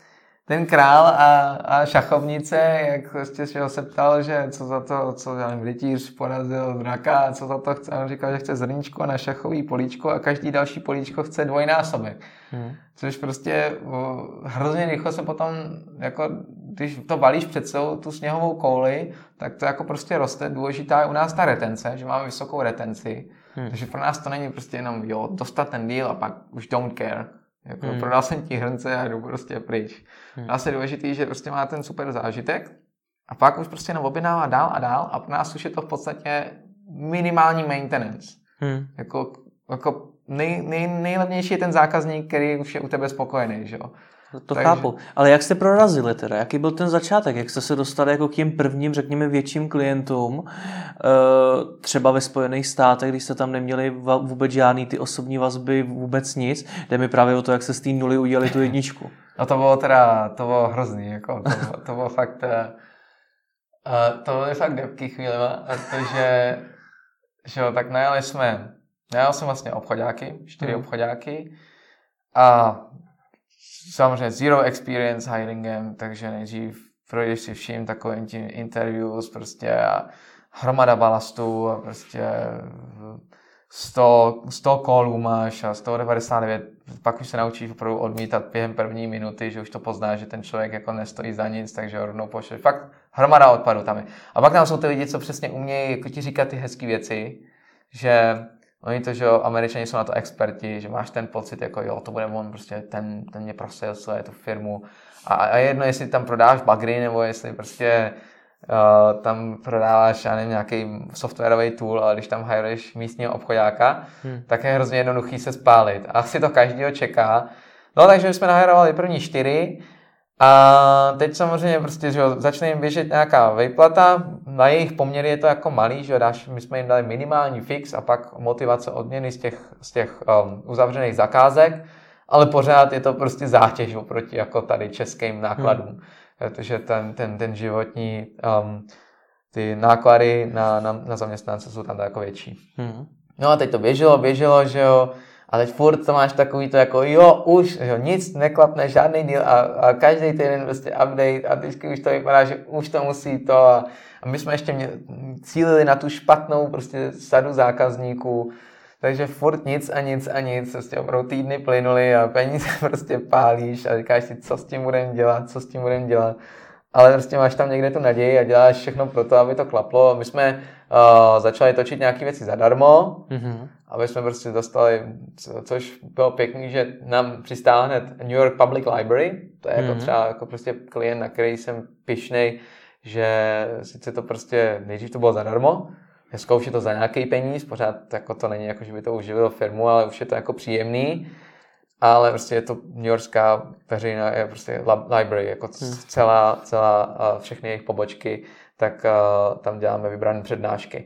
ten král a šachovnice, jak prostě se ptal, že co za to, co já nevím, rytíř porazil draka, co za to chce, on říkal, že chce zrničko na šachový políčko a každý další políčko chce dvojnásobek. Což prostě hrozně rychle se potom, jako, když to balíš před celou tu sněhovou kouli, tak to jako prostě roste. Důležitá je u nás ta retence, že máme vysokou retenci. Takže pro nás to není prostě jenom dostat ten deal a pak už don't care. Jako, prodal jsem ti hrnce a jdu prostě pryč. Nás je důležitý, že prostě má ten super zážitek a pak už prostě jenom objednává dál a dál a pro nás už je to v podstatě minimální maintenance. Jako nejlevnější je ten zákazník, který už je u tebe spokojený, že jo. To chápu. Ale jak jste prorazili teda? Jaký byl ten začátek? Jak jste se dostali jako k těm prvním, řekněme, větším klientům? Třeba ve Spojených státech, když jste tam neměli vůbec žádný ty osobní vazby, vůbec nic. Jde mi právě o to, jak se z té nuly udělali tu jedničku. No to bylo hrozný. Jako, to bylo fakt... to bylo fakt debký chvíle, protože že jo, tak najel jsem vlastně obchodáky, 4 obchodáky a samozřejmě zero experience hiringem, takže nejdřív projdeš si vším takovým tím interviews prostě a hromada balastů a prostě 100 callů máš a 199, pak už se naučíš opravdu odmítat během první minuty, že už to poznáš, že ten člověk jako nestojí za nic, takže ho rovnou pošleš. Fakt hromada odpadů tam je. A pak tam jsou ty lidi, co přesně umějí jako ti říkat ty hezký věci, že oni to, že jo, Američani jsou na to experti, že máš ten pocit, jako jo, to bude on, prostě ten mě prosalesuje tu firmu. A jedno, jestli tam prodáváš bagry, nebo jestli prostě tam prodáváš, já nevím, nějaký softwarový tool, ale když tam hiruješ místního obchodáka, tak je hrozně jednoduchý se spálit. A asi to každýho čeká. No, takže my jsme nahirovali první 4 a teď samozřejmě prostě, že jo, začne jim běžet nějaká výplata, na jejich poměry je to jako malý, že jo, my jsme jim dali minimální fix a pak motivace odměny z těch uzavřených zakázek, ale pořád je to prostě zátěž oproti jako tady českým nákladům, protože ten životní, ty náklady na zaměstnance jsou tam jako větší. No a teď to běželo, že jo, a teď furt to máš takový to jako jo, už, jo, nic neklapne, žádný deal a každý týden prostě update a vždycky už to vypadá, že už to musí to a my jsme ještě cílili na tu špatnou prostě sadu zákazníků, takže furt nic, prostě opravdu týdny plynuly a peníze prostě pálíš a říkáš si, co s tím budeme dělat. Ale prostě máš tam někde tu naději a děláš všechno pro to, aby to klaplo. My jsme začali točit nějaké věci zadarmo, aby jsme prostě dostali, což bylo pěkný, že nám přistál hned New York Public Library. To je jako třeba jako prostě klient, na který jsem pyšnej, že sice to prostě nejdřív to bylo zadarmo, dneska už je to za nějaký peníz, pořád jako to není jako, že by to uživilo firmu, ale už je to jako příjemný. Ale prostě je to New Yorkská veřejná je prostě library, jako celá všechny jejich pobočky, tak tam děláme vybrané přednášky.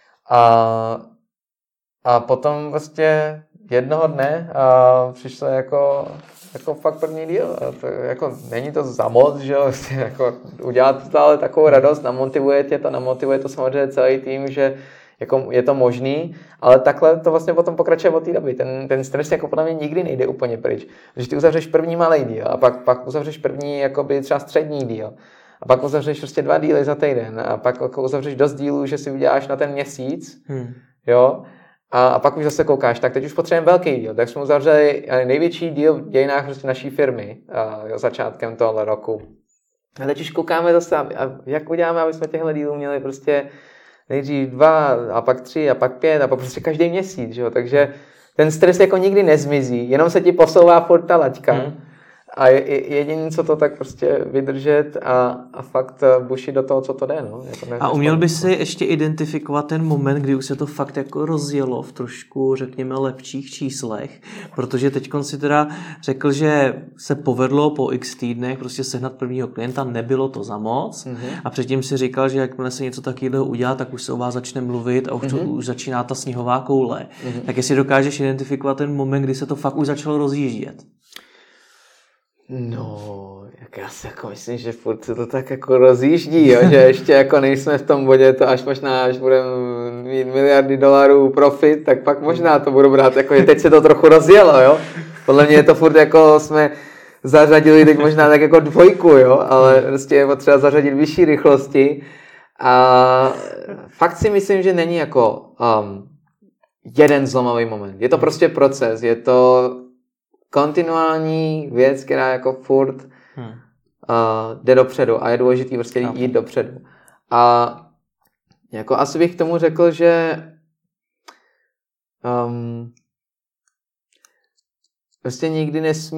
A potom prostě jednoho dne přišlo jako fakt první díl. To, jako, není to za moc, že jo, jako udělat to, ale takovou radost, namotivuje to samozřejmě celý tým, že jako je to možný, ale takhle to vlastně potom pokračuje od té doby. Ten stres jako podle mě nikdy nejde úplně pryč. Když ty uzavřeš první malý díl a pak uzavřeš první jakoby třeba střední díl a pak uzavřeš prostě 2 díly za týden a pak jako uzavřeš dost dílů, že si uděláš na ten měsíc, jo, a pak už zase koukáš, tak teď už potřebujeme velký díl. Tak jsme uzavřeli největší díl v dějinách prostě naší firmy začátkem tohoto roku. A teď už koukáme zase, a jak uděláme, aby jsme těchto dílů měli prostě nejdřív 2, a pak 3, a pak 5, a pak prostě každý měsíc, že jo? Takže ten stres jako nikdy nezmizí, jenom se ti posouvá furt ta laťka. A jediné, co to tak prostě vydržet a fakt bušit do toho, co to jde. No? A uměl by si ještě identifikovat ten moment, kdy už se to fakt jako rozjelo v trošku, řekněme, lepších číslech, protože teďkon si teda řekl, že se povedlo po x týdnech prostě sehnat prvního klienta, nebylo to za moc a předtím si říkal, že jakmile se něco takového udělá, tak už se o vás začne mluvit a už začíná ta sněhová koule. Tak jestli dokážeš identifikovat ten moment, kdy se to fakt už začalo rozjíždět. No, jak já si jako myslím, že furt se to tak jako rozjíždí, jo? Že ještě jako nejsme v tom bodě, to až možná, až budeme mít miliardy dolarů profit, tak pak možná to budu brát, jako že teď se to trochu rozjelo, jo. Podle mě je to furt jako jsme zařadili tak možná tak jako 2, jo, ale prostě je potřeba zařadit vyšší rychlosti. A fakt si myslím, že není jako jeden zlomový moment. Je to prostě proces, je to kontinuální věc, která jako furt jde dopředu a je důležitý prostě jít dopředu. A jako asi bych k tomu řekl, že prostě nikdy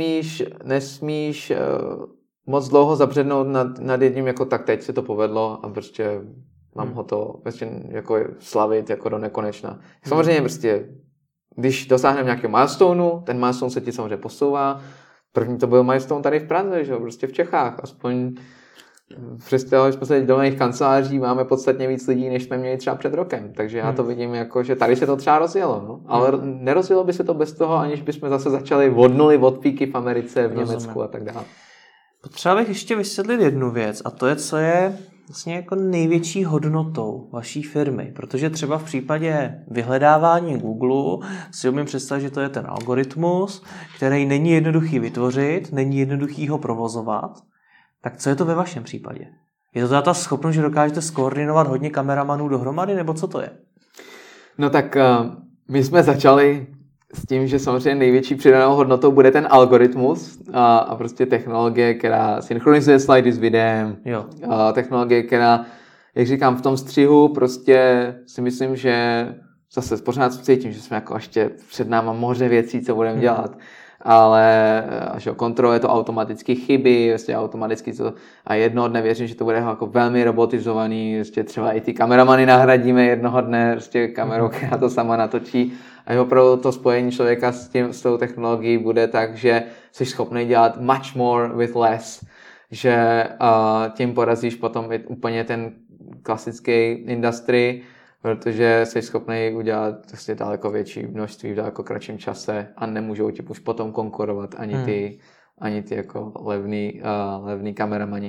nesmíš moc dlouho zabřednout nad jedním, jako tak teď se to povedlo a prostě mám ho to prostě jako slavit jako do nekonečna. Samozřejmě prostě, když dosáhneme nějakého milestoneu, ten milestone se ti samozřejmě posouvá. První to byl milestone tady v Praze, že jo, prostě v Čechách. Aspoň přestěhovali jsme se do mých kanceláří, máme podstatně víc lidí, než jsme měli třeba před rokem. Takže já to vidím jako, že tady se to třeba rozjelo. No? Ale nerozjelo by se to bez toho, aniž bychom zase začali od nuly, od píky v Americe, v Německu a tak dále. Potřeba bych ještě vysvětlit jednu věc a to je, co je vlastně jako největší hodnotou vaší firmy. Protože třeba v případě vyhledávání Google si umím představit, že to je ten algoritmus, který není jednoduchý vytvořit, není jednoduchý ho provozovat. Tak co je to ve vašem případě? Je to ta schopnost, že dokážete skoordinovat hodně kameramanů dohromady, nebo co to je? No tak my jsme začali s tím, že samozřejmě největší přidanou hodnotou bude ten algoritmus a prostě technologie, která synchronizuje slidy s videem. Technologie, která, jak říkám, v tom střihu prostě si myslím, že zase pořád cítím, že jsme jako ještě před náma moře věcí, co budeme dělat. Ale až kontroluje to automaticky chyby, vlastně automaticky to, a jednoho dne věřím, že to bude jako velmi robotizovaný, vlastně třeba i ty kameramany nahradíme jednoho dne vlastně kamerou, která to sama natočí a opravdu to spojení člověka s tou technologií bude tak, že jsi schopný dělat much more with less, že tím porazíš potom úplně ten klasický industry, protože jsi schopný udělat vlastně daleko větší množství v daleko kratším čase a nemůžou ti už potom konkurovat ani ty jako levný kameramani.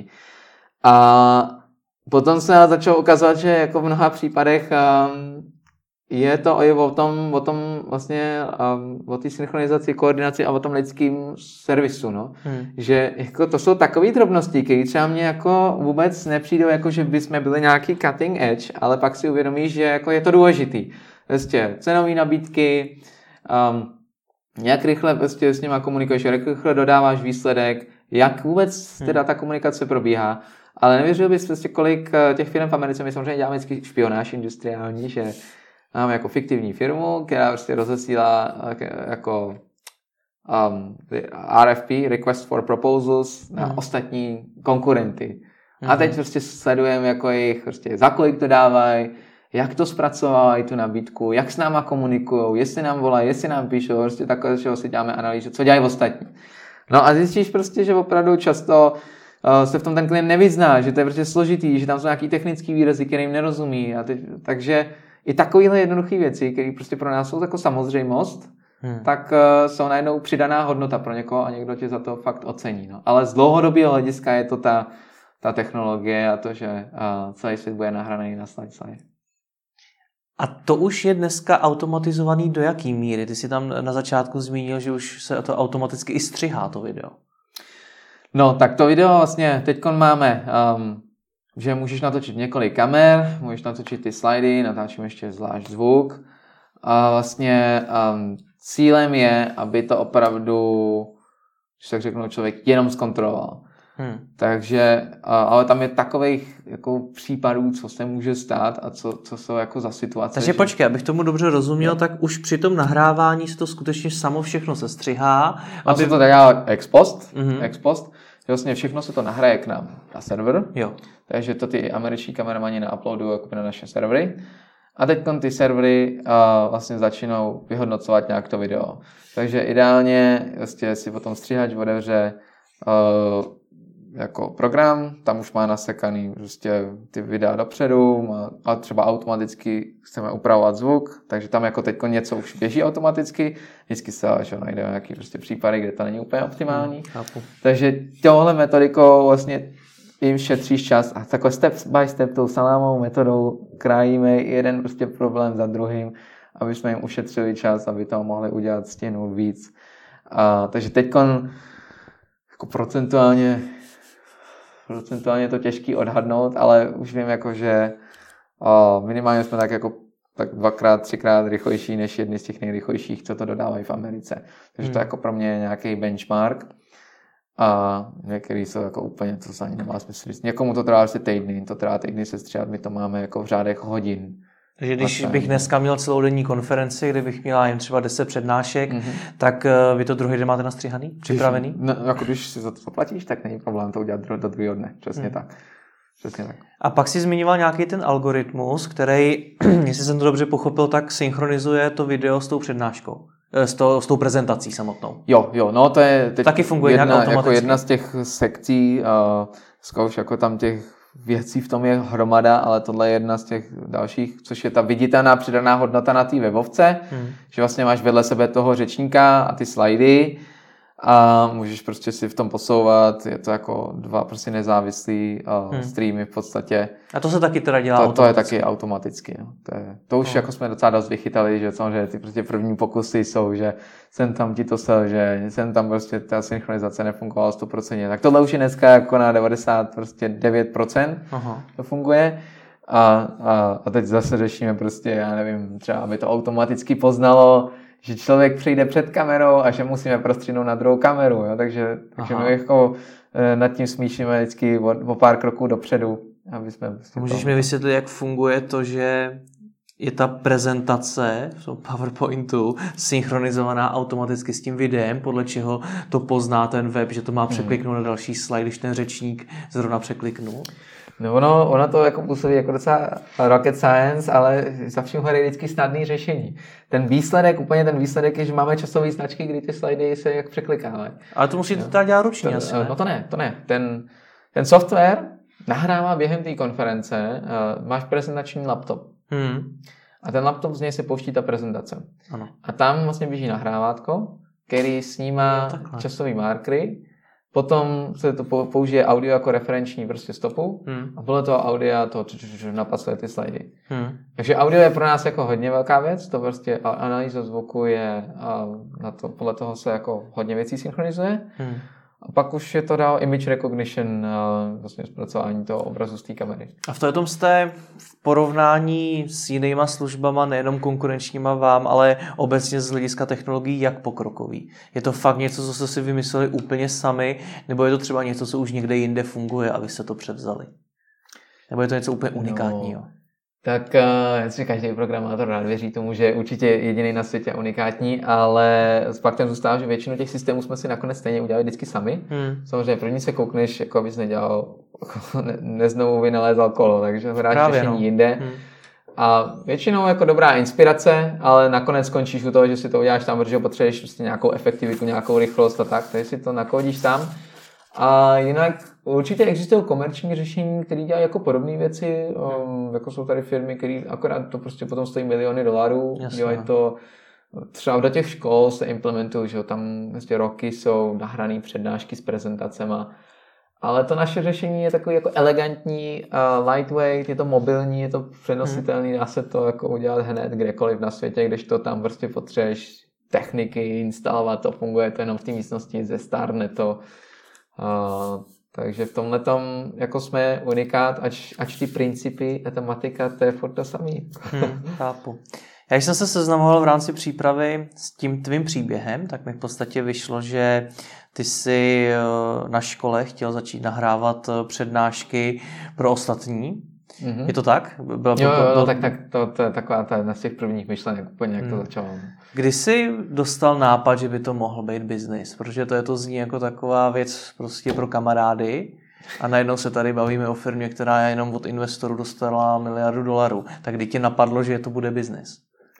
A potom se začalo ukazovat, že jako v mnoha případech je to i o tom vlastně o té synchronizaci, koordinaci a o tom lidským servisu, no. Že jako to jsou takové drobnosti, které třeba mě jako vůbec nepřijdou, jako že bychom byli nějaký cutting edge, ale pak si uvědomíš, že jako je to důležitý. Vlastně cenové nabídky, jak rychle vlastně s nima komunikuješ, jak rychle dodáváš výsledek, jak vůbec teda ta komunikace probíhá. Ale nevěřil bys vlastně, kolik těch firm v Americe, my samozřejmě děláme vždycky špionáž industriální, že máme jako fiktivní firmu, která prostě rozesílá jako RFP, Request for Proposals, na ostatní konkurenty. A teď prostě sledujeme jako jejich, prostě za kolik to dávají, jak to zpracovávají tu nabídku, jak s náma komunikujou, jestli nám volají, jestli nám píšou, prostě takové, čeho si děláme analýzu, co dělají ostatní. No a zjistíš prostě, že opravdu často se v tom ten klient nevyzná, že to je prostě složitý, že tam jsou nějaký technický výrazy, kterým nerozumí. Takže i takovéhle jednoduché věci, které prostě pro nás jsou jako samozřejmost, tak jsou najednou přidaná hodnota pro někoho a někdo tě za to fakt ocení. No. Ale z dlouhodobého hlediska je to ta technologie a to, že celý svět bude nahraný na slide. A to už je dneska automatizovaný do jaký míry? Ty jsi tam na začátku zmínil, že už se to automaticky i střihá to video. No, tak to video vlastně teďkon máme, že můžeš natočit několik kamer, můžeš natočit ty slidy, natáčím ještě zvlášť zvuk. A vlastně cílem je, aby to opravdu, když tak řeknu, člověk jenom zkontroloval. Takže, ale tam je takových jako případů, co se může stát a co jsou jako za situace. Takže počkej, abych tomu dobře rozuměl, tak už při tom nahrávání se to skutečně samo všechno sestřihá. Aby se to dělá ex post, vlastně všechno se to nahraje k nám na server. Jo. Takže to ty američtí kameramani nauploadují jako na naše servery. A teď ty servery vlastně začínou vyhodnocovat nějak to video. Takže ideálně vlastně si potom stříhač otevře jako program, tam už má nasekaný prostě ty videa dopředu a třeba automaticky chceme upravovat zvuk, takže tam jako teď něco už běží automaticky, vždycky se najdeme nějaký prostě případy, kde to není úplně optimální. Takže tohle metodikou vlastně jim šetříš čas a takhle step by step tou salámovou metodou krájíme jeden prostě problém za druhým, aby jsme jim ušetřili čas, aby toho mohli udělat, stihnout víc. Takže teďkon jako procentuálně je to těžký odhadnout, ale už vím, jako, že minimálně jsme tak 2x, 3x rychlejší než jedny z těch nejrychlejších, co to dodávají v Americe. Takže to je jako pro mě nějaký benchmark. A některý jsou jako úplně, co se ani nemá smysl. Někomu to trvá asi týdny sestříhat, my to máme jako v řádech hodin. Takže když bych dneska měl celodenní konferenci, kde bych měla jen třeba 10 přednášek, tak vy to druhý den máte nastříhaný, připravený? Když si za to zaplatíš, tak není problém to udělat do druhého dne. Přesně tak. A pak si zmiňoval nějaký ten algoritmus, který, jestli jsem to dobře pochopil, tak synchronizuje to video s tou přednáškou. S tou prezentací samotnou. Jo, no to je teď taky funguje nějak automaticky. Jako jedna z těch sekcí, zkouš, jako tam těch věcí v tom je hromada, ale tohle je jedna z těch dalších, což je ta viditelná přidaná hodnota na té webovce, že vlastně máš vedle sebe toho řečníka a ty slajdy a můžeš prostě si v tom posouvat, je to jako dva prostě nezávislý streamy v podstatě. A to se taky teda dělá to je taky automaticky. No. To už jako jsme docela dost vychytali, že samozřejmě ty prostě první pokusy jsou, že jsem tam ti to selže, jsem tam prostě ta synchronizace nefungovala 100%. Tak tohle už je dneska jako na 99% to funguje. A teď zase řešíme prostě, já nevím, třeba aby to automaticky poznalo, že člověk přijde před kamerou a že musíme prostřihnout na druhou kameru, jo? Takže my jako nad tím smýšlíme vždycky o pár kroků dopředu. Aby jsme Můžeš mi vysvětlit, jak funguje to, že je ta prezentace v tom PowerPointu synchronizovaná automaticky s tím videem, podle čeho to pozná ten web, že to má překliknout na další slide, když ten řečník zrovna překliknul? No ono to jako působí jako docela rocket science, ale za vším je vždycky snadný řešení. Ten výsledek je, že máme časové značky, kdy ty slidy se jak překlikávají. Ale to musíte teda dělat ručně asi, ne? No to ne. Ten software nahrává během té konference, máš prezentační laptop. A ten laptop z něj se pouští ta prezentace. Ano. A tam vlastně běží nahrávátko, který snímá časový markery. Potom se to použije audio jako referenční prostě stopu a podle toho audia to napasuje ty slidy. Takže audio je pro nás jako hodně velká věc, to prostě analýza zvuku je podle toho se jako hodně věcí synchronizuje. A pak už je to dál image recognition, vlastně zpracování toho obrazu z té kamery. A v tom jste v porovnání s jinýma službama, nejenom konkurenčníma vám, ale obecně z hlediska technologií, jak pokrokový? Je to fakt něco, co jste si vymysleli úplně sami, nebo je to třeba něco, co už někde jinde funguje a vy jste to převzali? Nebo je to něco úplně unikátního? Tak každý programátor rád věří tomu, že je určitě jediný na světě unikátní, ale faktem zůstává, že většinu těch systémů jsme si nakonec stejně udělali vždycky sami. Samozřejmě první se koukneš, jako abys nedělal, neznovu vynalézal kolo, takže hledáš řešení jinde. A většinou jako dobrá inspirace, ale nakonec skončíš u toho, že si to uděláš tam, protože potřebuješ prostě nějakou efektivitu, nějakou rychlost a tak, takže si to nakódíš tam. A jinak určitě existují komerční řešení, které dělají jako podobné věci, jako jsou tady firmy, které akorát to prostě potom stojí miliony dolarů, dělají to třeba do těch škol se implementují, že tam vlastně roky jsou nahrané přednášky s prezentacema, ale to naše řešení je takový jako elegantní, lightweight, je to mobilní, je to přenositelný, dá se to jako udělat hned kdekoliv na světě, když to tam prostě potřebuješ techniky instalovat, to funguje to jenom v té místnosti, zestárne to. Takže v tomhletom jako jsme unikát, ač ty principy a ta matika, to je furt to samý. Chápu. Já když jsem se seznamoval v rámci přípravy s tím tvým příběhem, tak mi v podstatě vyšlo, že ty jsi na škole chtěl začít nahrávat přednášky pro ostatní. Je to tak? Tak to je taková ta z těch prvních myšlenek, úplně jak to začalo. Kdy jsi dostal nápad, že by to mohl být biznis? Protože to zní jako taková věc prostě pro kamarády a najednou se tady bavíme o firmě, která jenom od investorů dostala $1 miliardu. Tak kdy tě napadlo, že to bude biznis?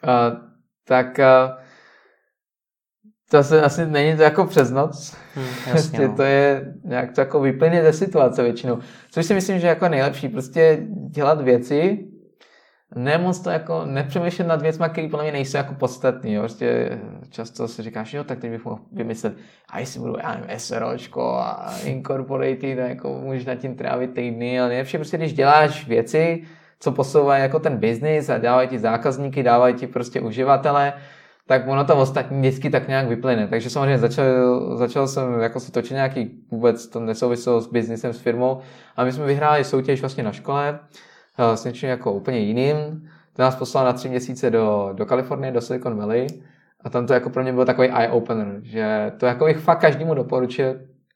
To asi není to jako přes noc. Jasně, to je nějak to jako vyplyne ze situace většinou. Což si myslím, že jako nejlepší. Prostě dělat věci, nemoc to jako nepřemýšlet nad věcma, které podle mě nejsou jako podstatný. Jo. Prostě často si říkáš, jo, tak teď bych mohl vymyslet, a jestli budu, já nevím, SROčko a incorporated, jako můžeš nad tím trávit týdny, ale nejlepší prostě, když děláš věci, co posouvají jako ten biznis a dávají ti zákazníky, dávají ti prostě uživatele, tak ono to ostatní vždycky tak nějak vyplyne. Takže samozřejmě začal jsem jako si točit nějaký, vůbec to nesouviselo s biznisem, s firmou, a my jsme vyhráli soutěž vlastně na škole s něčím jako úplně jiným. To nás poslal na 3 měsíce do Kalifornie, do Silicon Valley, a tam to jako pro mě byl takový eye-opener, že to jako bych fakt každému doporučil,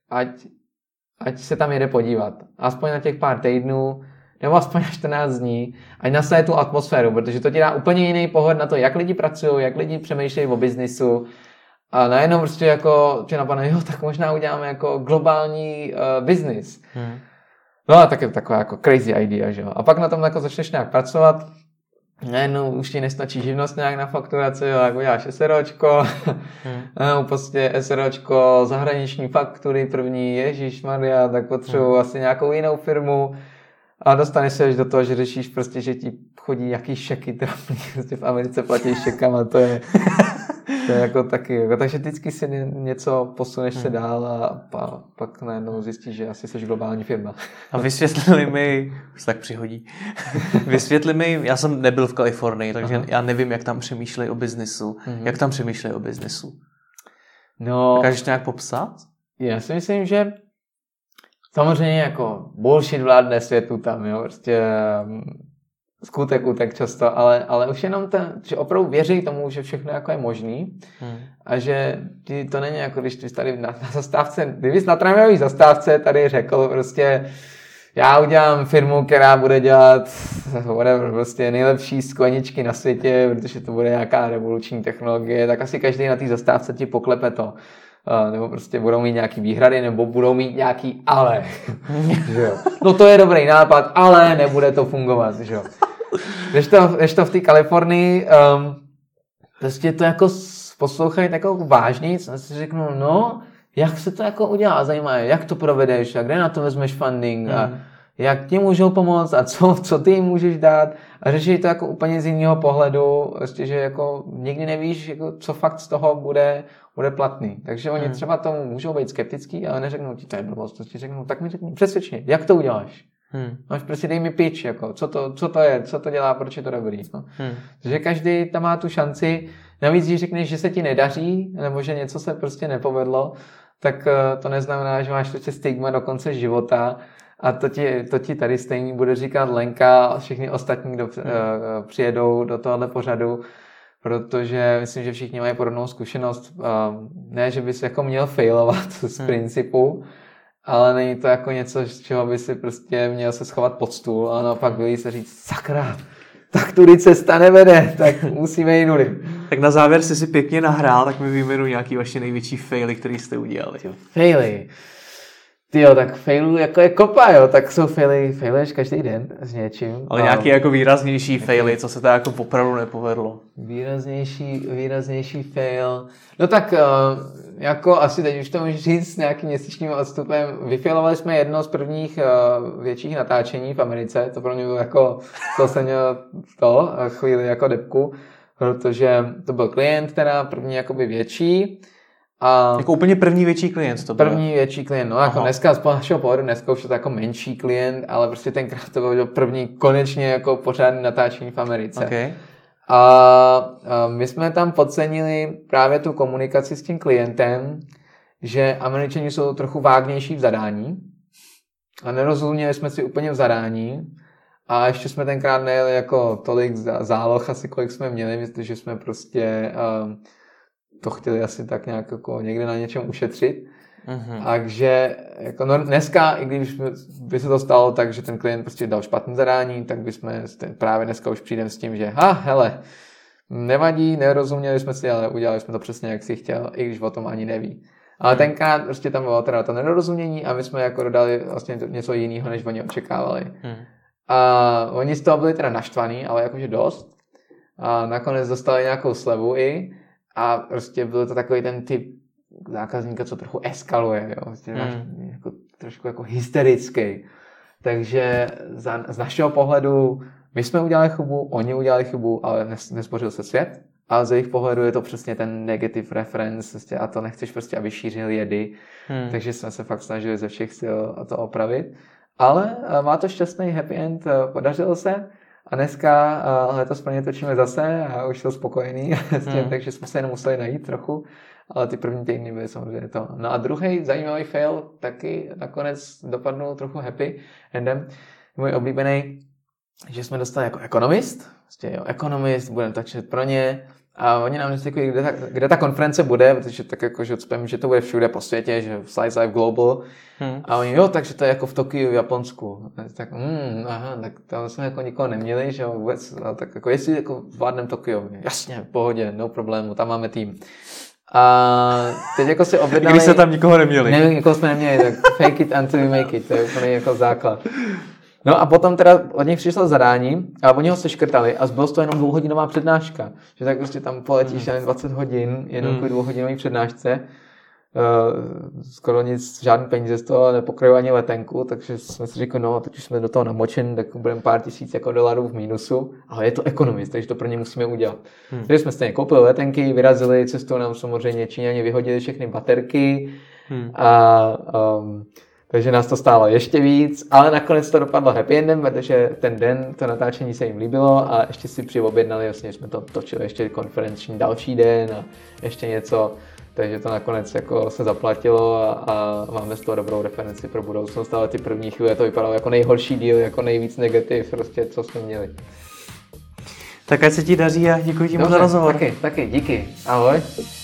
ať se tam jede podívat. Aspoň na těch pár týdnů, nebo aspoň na 14 dní, ať nastaví tu atmosféru, protože to ti dá úplně jiný pohled na to, jak lidi pracují, jak lidi přemýšlejí o biznisu. A najednou prostě jako tě napadne, jo, tak možná uděláme jako globální business. No a tak je to taková jako crazy idea, že jo. A pak na tom jako začneš nějak pracovat, najednou už ti nestačí živnost nějak na fakturaci, tak uděláš SROčko, nebo prostě SROčko, zahraniční faktury první, ježišmarja, tak potřebuji asi nějakou jinou firmu. A dostaneš se až do toho, že řešíš prostě, že ti chodí jaký šeky trapný, prostě v Americe platíš šekama, to je jako taky, jako, takže vždycky si něco posuneš se dál a pak najednou zjistíš, že asi jsi globální firma. A vysvětli mi, už tak přihodí, vysvětli mi, já jsem nebyl v Kalifornii, takže já nevím, jak tam přemýšlejí o biznisu. Jak tam přemýšlejí o biznisu? No, dokážeš to nějak popsat? Já si myslím, že samozřejmě jako bullshit vládne světu tam, jo, prostě skutek utek často, ale už jenom že opravdu věří tomu, že všechno jako je možný a že to není jako, když ty tady na zastávce, kdybys na tramvajové zastávce tady řekl prostě, já udělám firmu, která bude dělat whatever, prostě nejlepší skleničky na světě, protože to bude nějaká revoluční technologie, tak asi každý na té zastávce ti poklepe to. Nebo prostě budou mít nějaký výhrady, nebo budou mít nějaký ale. Že jo. No to je dobrý nápad, ale nebude to fungovat. Že jo. Když to v té Kalifornii, prostě to jako poslouchají jako vážnějc a si řeknou, no, jak se to jako udělá, zajímá je, jak to provedeš a kde na to vezmeš funding a jak ti můžou pomoct a co ty jim můžeš dát, a řeší to jako úplně z jiného pohledu, prostě, že jako nikdy nevíš, jako, co fakt z toho bude platný. Takže oni třeba tomu můžou být skeptický, ale neřeknou ti, to je blbost, ti řeknou, tak mi řekni přesvědčně, jak to uděláš. Máš prostě dej mi pitch, jako, co to je, co to dělá, proč je to dobrý. No. Takže každý tam má tu šanci, navíc když řekneš, že se ti nedaří, nebo že něco se prostě nepovedlo, tak to neznamená, že máš prostě stigma do konce života. A to ti tady stejně bude říkat Lenka a všichni ostatní, kdo přijedou do tohohle pořadu, protože myslím, že všichni mají podobnou zkušenost. Ne, že bys jako měl failovat z principu, ale není to jako něco, z čeho by si prostě měl se schovat pod stůl a naopak by se říct, sakra, tak tudy cesta nevede, tak musíme jít nuly. Tak na závěr si pěkně nahrál, tak mi vyjmenuji nějaký vaše největší faily, který jste udělali. Faily. Tyjo, tak failů jako je kopa, jo, tak jsou failuješ každý den s něčím. Ale nějaký jako výraznější faily, co se to jako opravdu nepovedlo. Výraznější fail. No tak jako asi teď už to můžu říct s nějakým měsíčním odstupem. Vyfailovali jsme jedno z prvních větších natáčení v Americe. To pro mě bylo jako, to jsem měl chvíli jako depku, protože to byl klient, teda první jakoby větší. Jako úplně první větší klient to byl? První větší klient, no jako dneska z našeho pohledu, dneska už je to jako menší klient, ale prostě tenkrát to byl první konečně jako pořádný natáčení v Americe. Okay. A my jsme tam podcenili právě tu komunikaci s tím klientem, že Američani jsou trochu vágnější v zadání a nerozuměli jsme si úplně v zadání a ještě jsme tenkrát nejeli jako tolik záloh asi kolik jsme měli, protože jsme prostě to chtěli asi tak nějak jako někde na něčem ušetřit. Takže jako dneska, i když by se to stalo tak, že ten klient prostě dal špatné zadání, tak bychom právě dneska už přijdeme s tím, že hele, nevadí, nerozuměli jsme si, ale udělali jsme to přesně, jak si chtěl, i když o tom ani neví. Ale tenkrát prostě tam bylo teda to nedorozumění a my jsme jako dodali vlastně něco jiného, než oni očekávali. A oni z toho byli teda naštvaní, ale jakože dost. A nakonec dostali nějakou slevu i. A prostě byl to takový ten typ zákazníka, co trochu eskaluje, jo? Prostě jako, trošku jako hysterický. Takže z našeho pohledu my jsme udělali chybu, oni udělali chybu, ale nespořil se svět. A z jejich pohledu je to přesně ten negative reference prostě, a to nechceš prostě, aby šířil jedy. Takže jsme se fakt snažili ze všech sil to opravit. Ale má to šťastný happy end, podařilo se. A dneska letos pro ně točíme zase a už jsou spokojení s tím, takže jsme se jenom museli najít trochu. Ale ty první týdny byly samozřejmě to. No a druhý zajímavý fail taky nakonec dopadnul trochu happy endem. Můj oblíbený, že jsme dostali jako ekonomist. Ekonomist, budeme točit pro ně. A oni nám řekli, kde ta konference bude, protože tak jako, že odspějeme, že to bude všude po světě, že v Slides Live Global. A oni, takže to je jako v Tokiu, v Japonsku. Tak, tak tam jsme jako nikoho neměli, že vůbec, tak jako jestli jako zvládneme Tokio, jasně, v pohodě, no problému, tam máme tým. A teď jako si objednali... Když se tam nikoho neměli. Ne, nikoho jsme neměli, tak fake it until you make it, to je úplně jako základ. No a potom teda od nich přišlo zadání a oni ho seškrtali a zbylo to jenom 2hodinová přednáška. Že tak prostě tam poletíš 20 hodin, jenom kvůli 2hodinový přednášce. Skoro nic, žádný peníze z toho nepokryjí ani letenku, takže jsme si řekli, no teď už jsme do toho namočeni, tak budeme pár tisíc jako dolarů v mínusu, ale je to ekonomist, takže to pro ně musíme udělat. Takže jsme stejně koupili letenky, vyrazili, cestou nám samozřejmě Číňani vyhodili všechny baterky takže nás to stálo ještě víc, ale nakonec to dopadlo happy endem, protože ten den to natáčení se jim líbilo a ještě si přiobjednali, vlastně jsme to točili ještě konferenční další den a ještě něco, takže to nakonec jako se zaplatilo a máme z toho dobrou referenci pro budoucnost, ale ty první chvíle to vypadalo jako nejhorší díl, jako nejvíc negativ, prostě co jsme měli. Tak ať se ti daří a děkuji ti moc za rozhovor. Taky, díky. Ahoj.